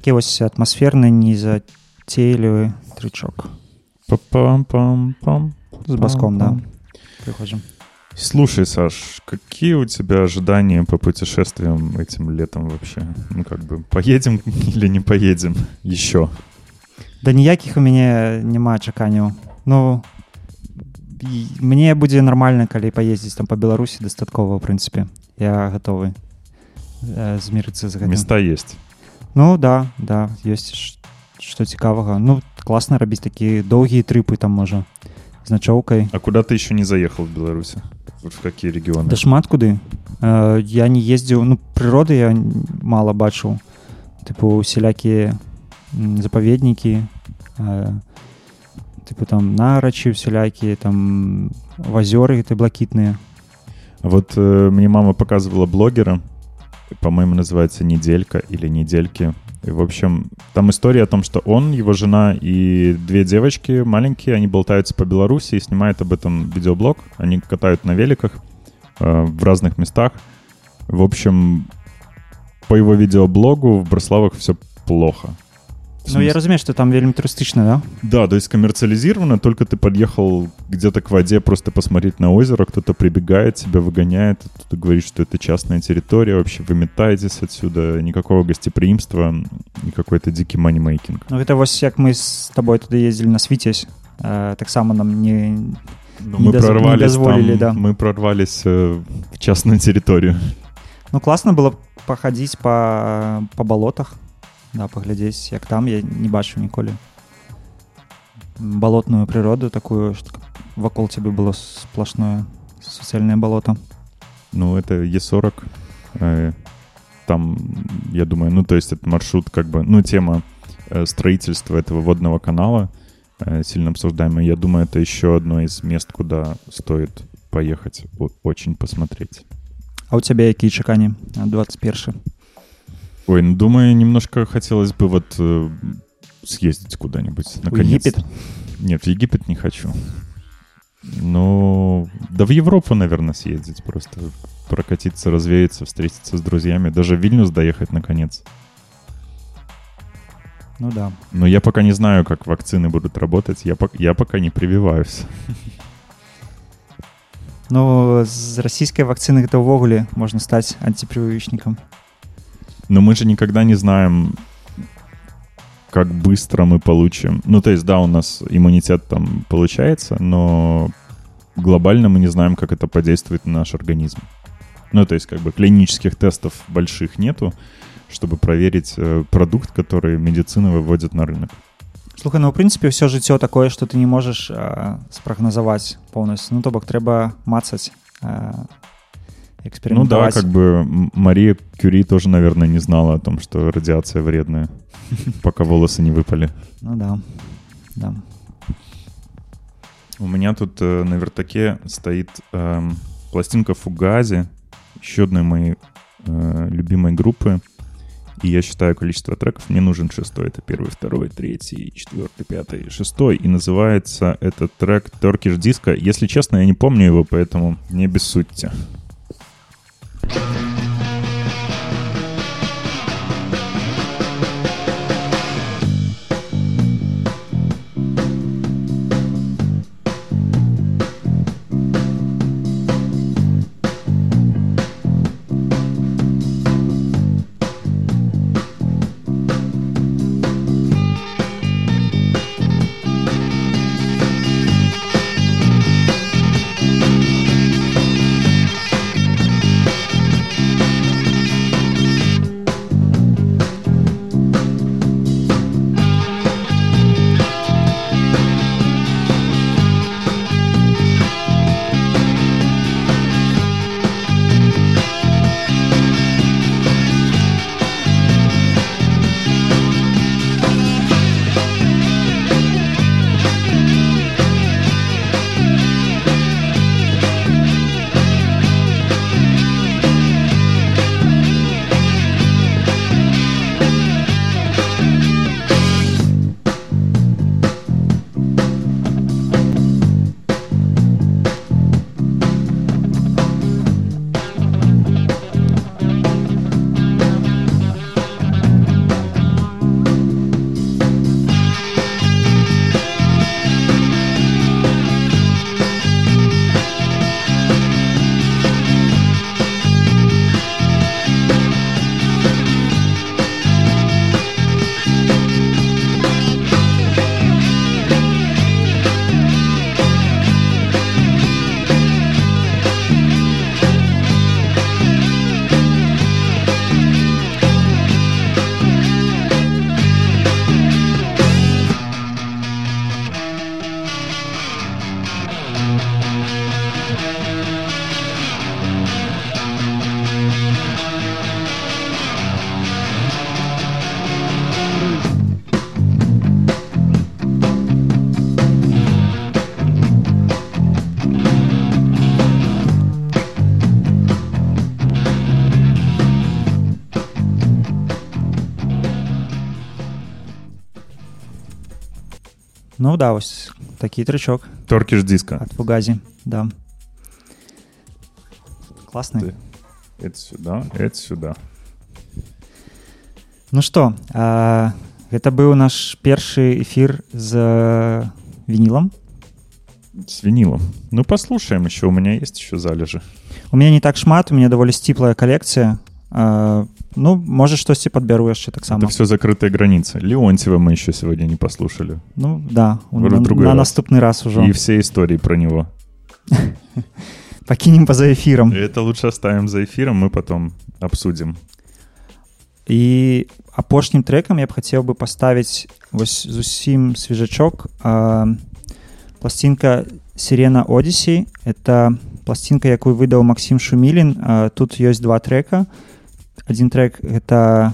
такі вось атмасферны, незацейлівы трычок. Па-пам-пам-пам. С баском, да. Приходим. Слушай, Саш, какие у тебя ожидания по путешествиям этим летом вообще? Ну, как бы, поедем или не поедем еще? Да ніякіх у мяне няма чаканняў. Ну, мне будзе нармальна, калі паездзіць там па Беларусі дастаткова, ў прынцыпе. Я гатовы змірыцца з гэтым. Места есть? Ну, да, ёсць што цікавага. Ну, класна рабіць такія доўгія трыпы там, можа, з начоўкай. А куда ты еще не заехал в Беларуси? Вот в какие регионы? Да шмат куды. Я не ездзіў, ну, прыроды я мала бачыў. Тыпу, усялякія запаведнікі, тыпу там нарачы усялякія, там азёры гэты блакітныя. Вот мне мама показывала блогера, по-моему, называется «Неделька» или «Недельки». И, в общем, там история о том, что он, его жена и две девочки маленькие, они болтаются по Беларуси и снимают об этом видеоблог. Они катают на великах в разных местах. В общем, по его видеоблогу в Браславах все плохо. Ну, я разумею, что там вельми турыстычна, да? Да, то есть коммерциализировано, только ты подъехал где-то к воде просто посмотреть на озеро, кто-то прибегает, тебя выгоняет, кто-то говорит, что это частная территория, вообще выметайтесь отсюда, никакого гостеприимства и какой-то дикий манимейкинг. Ну, это вось як мы с тобой туда ездили на Свитязь, так само нам не дозволили, там, да. Мы прорвались в частную территорию. Ну, классно было походить по болотах. Да, паглядзець, як там, я не бачыў ніколі балотную прыроду такую, што вакол цябе было сплошное суцэльнае болото. Ну, это Е40. Там, я думаю, ну, то есть это маршрут, как бы, ну, тема строительства этого водного канала сильно обсуждаемая. Я думаю, это еще одно из мест, куда стоит поехать, очень посмотреть. А у тебя какие чаканні на 21-й? Ой, ну, думаю, немножко хотелось бы вот съездить куда-нибудь, наконец-то. В Египет? Нет, в Египет не хочу. Ну, да в Европу, наверное, съездить, просто прокатиться, развеяться, встретиться с друзьями, даже в Вильнюс доехать, наконец. Ну да. Но я пока не знаю, как вакцины будут работать, я пока не прививаюсь. Ну, з расійскай вакцыны гэта ўвогуле можна стаць антипрививочником. Но мы же никогда не знаем, как быстро мы получим. Ну, то есть, да, у нас иммунитет там получается, но глобально мы не знаем, как это подействует на наш организм. Ну, то есть, как бы клинических тестов больших нету, чтобы проверить продукт, который медицина выводит на рынок. Слухай, ну, в принципе, все жыццё такое, что ты не можешь спрагназаваць полностью. Ну, то бок трэба мацаць, экспериментовать. Ну да, как бы Мария Кюри тоже, наверное, не знала о том, что радиация вредная, пока волосы не выпали. Ну да, да. У меня тут на вертаке стоит пластинка Фугази, еще одной моей любимой группы. И я считаю количество треков. Мне нужен 6-й. Это 1-й, 2-й, 3-й, 4-й, 5-й, 6-й. И называется этот трек Turkish Disco. Если честно, я не помню его, поэтому не обессудьте. Ну да, ось такий тречок Turkish Disco. от Fugazi, да. Классный. Это сюда. Ну што, гэта быў наш першы эфір з вінілам. С винилом. Ну, послушаем еще. У меня есть еще залежи. У меня не так шмат, у меня даволі сціплая калекцыя. Ну, можа, штосьці падбяру яшчэ таксама. Это все закрытые границы. Леонтьева мы еще сегодня не послушали. Ну, да, на наступны раз ужо. И все истории про него. Пакінем па-за эфірам. Это лучше оставим за эфиром, мы потом обсудим. І апошнім трэкам я б хацеў бы паставіць вось зусім свежачок. Пластинка «Сирена Одиссей». Это пластинка, якую выдаў Максим Шумилин. Тут ёсць два трека. Один трек — это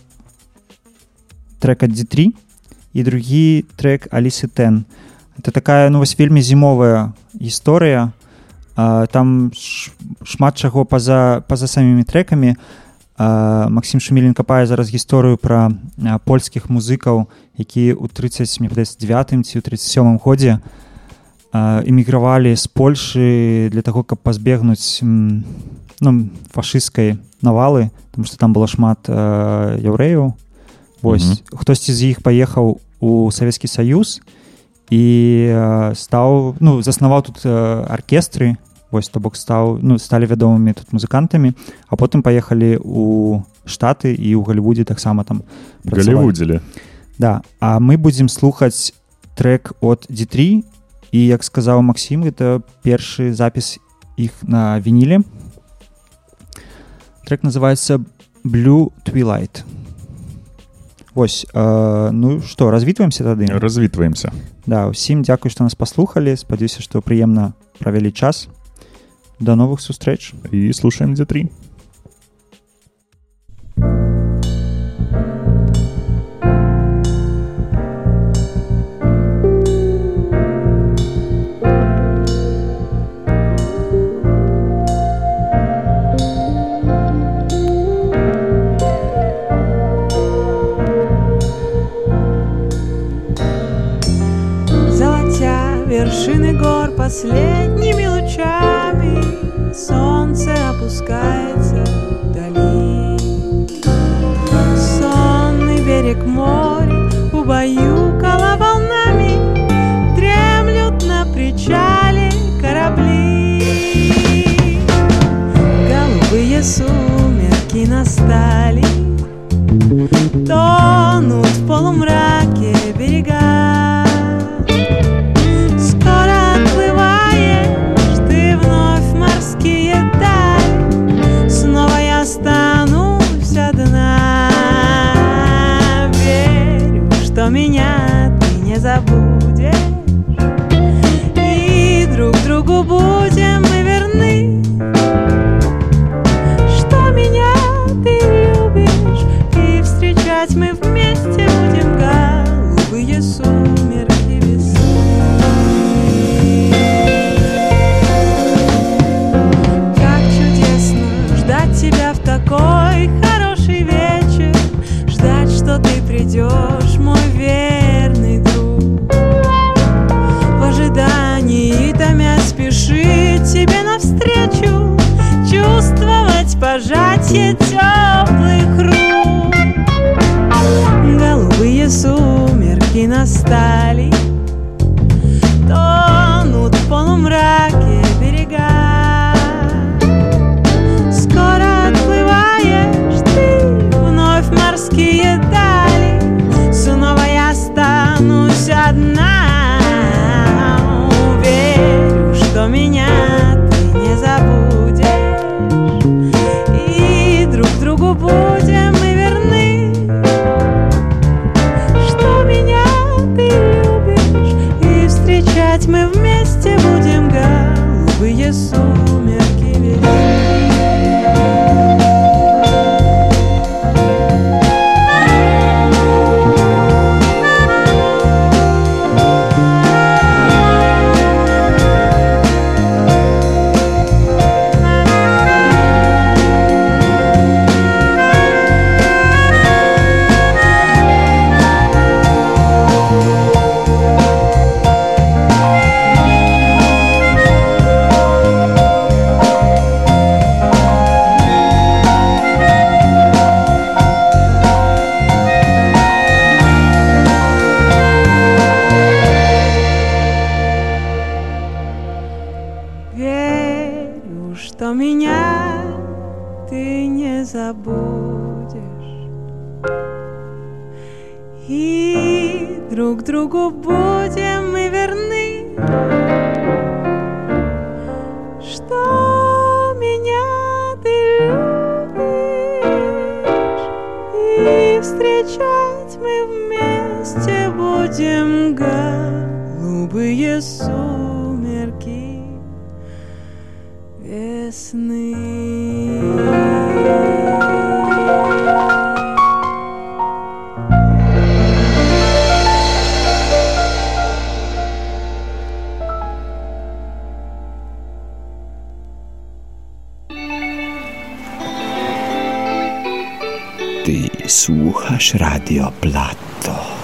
трек от D3, і другі трек Алисы Тен. Это такая, ну, вось вельмі зімовая гісторыя. Там шмат чаго па-за самімі трекамі. Максим Шумилин капае зараз гісторыю пра польскіх музыкаў, якія ў 39-м ці ў 37-м годзе эмігравалі з Польшы для таго, каб пазбегнуць фашысцкай навалы, тому што там было шмат яўрэяў. Вось, хтосьці з іх паехаў у Савецкі Саюз і заснаваў тут аркестры. Вось, то бок сталі вядомымі тут музыкантамі, а потым паехалі ў Штаты і ў Галівудзе таксама там працавалі. Галівудзілі. Да, а мы будзем слухаць трек от D3, і, як сказаў Максим, гэта першы запіс іх на вініле. Трек называецца Blue Twilight. Вось, ну што, развітваемся тады? Развітваемся. Да, усім дзякуй, што нас паслухалі. Спадзяюся, што прыемна правялі час. До новых сустрэч. И слушаем D3. Золотя вершины гор последними лучами, солнце опускается вдали. Сонный берег моря убаюкало волнами, дремлют на причале корабли. Голубые сумерки настали, тонут в полумраке берега. Останусь одна, верю, что меня ты не забудешь, и друг другу будем мы верны, что меня ты любишь, и встречать мы вместе будем голубые сумерки весны. Как чудесно ждать тебя в такой хороший вечер, ждать, что ты придешь, мой верный друг. В ожидании томясь спешить тебе навстречу, чувствовать пожатие теплых рук. Голубые сумерки настали, тонут в полумраке берега. Морские дали, снова я останусь одна. Верю, что меня ты не забудешь, и друг другу будем мы верны, что меня ты любишь, и встречать мы вместе будем голубые сумерки весны. друг другу будем мы верны. Что меня ты любишь, и встречать мы вместе будем голубые сумерки весны. Ty słuchasz Radio Plato.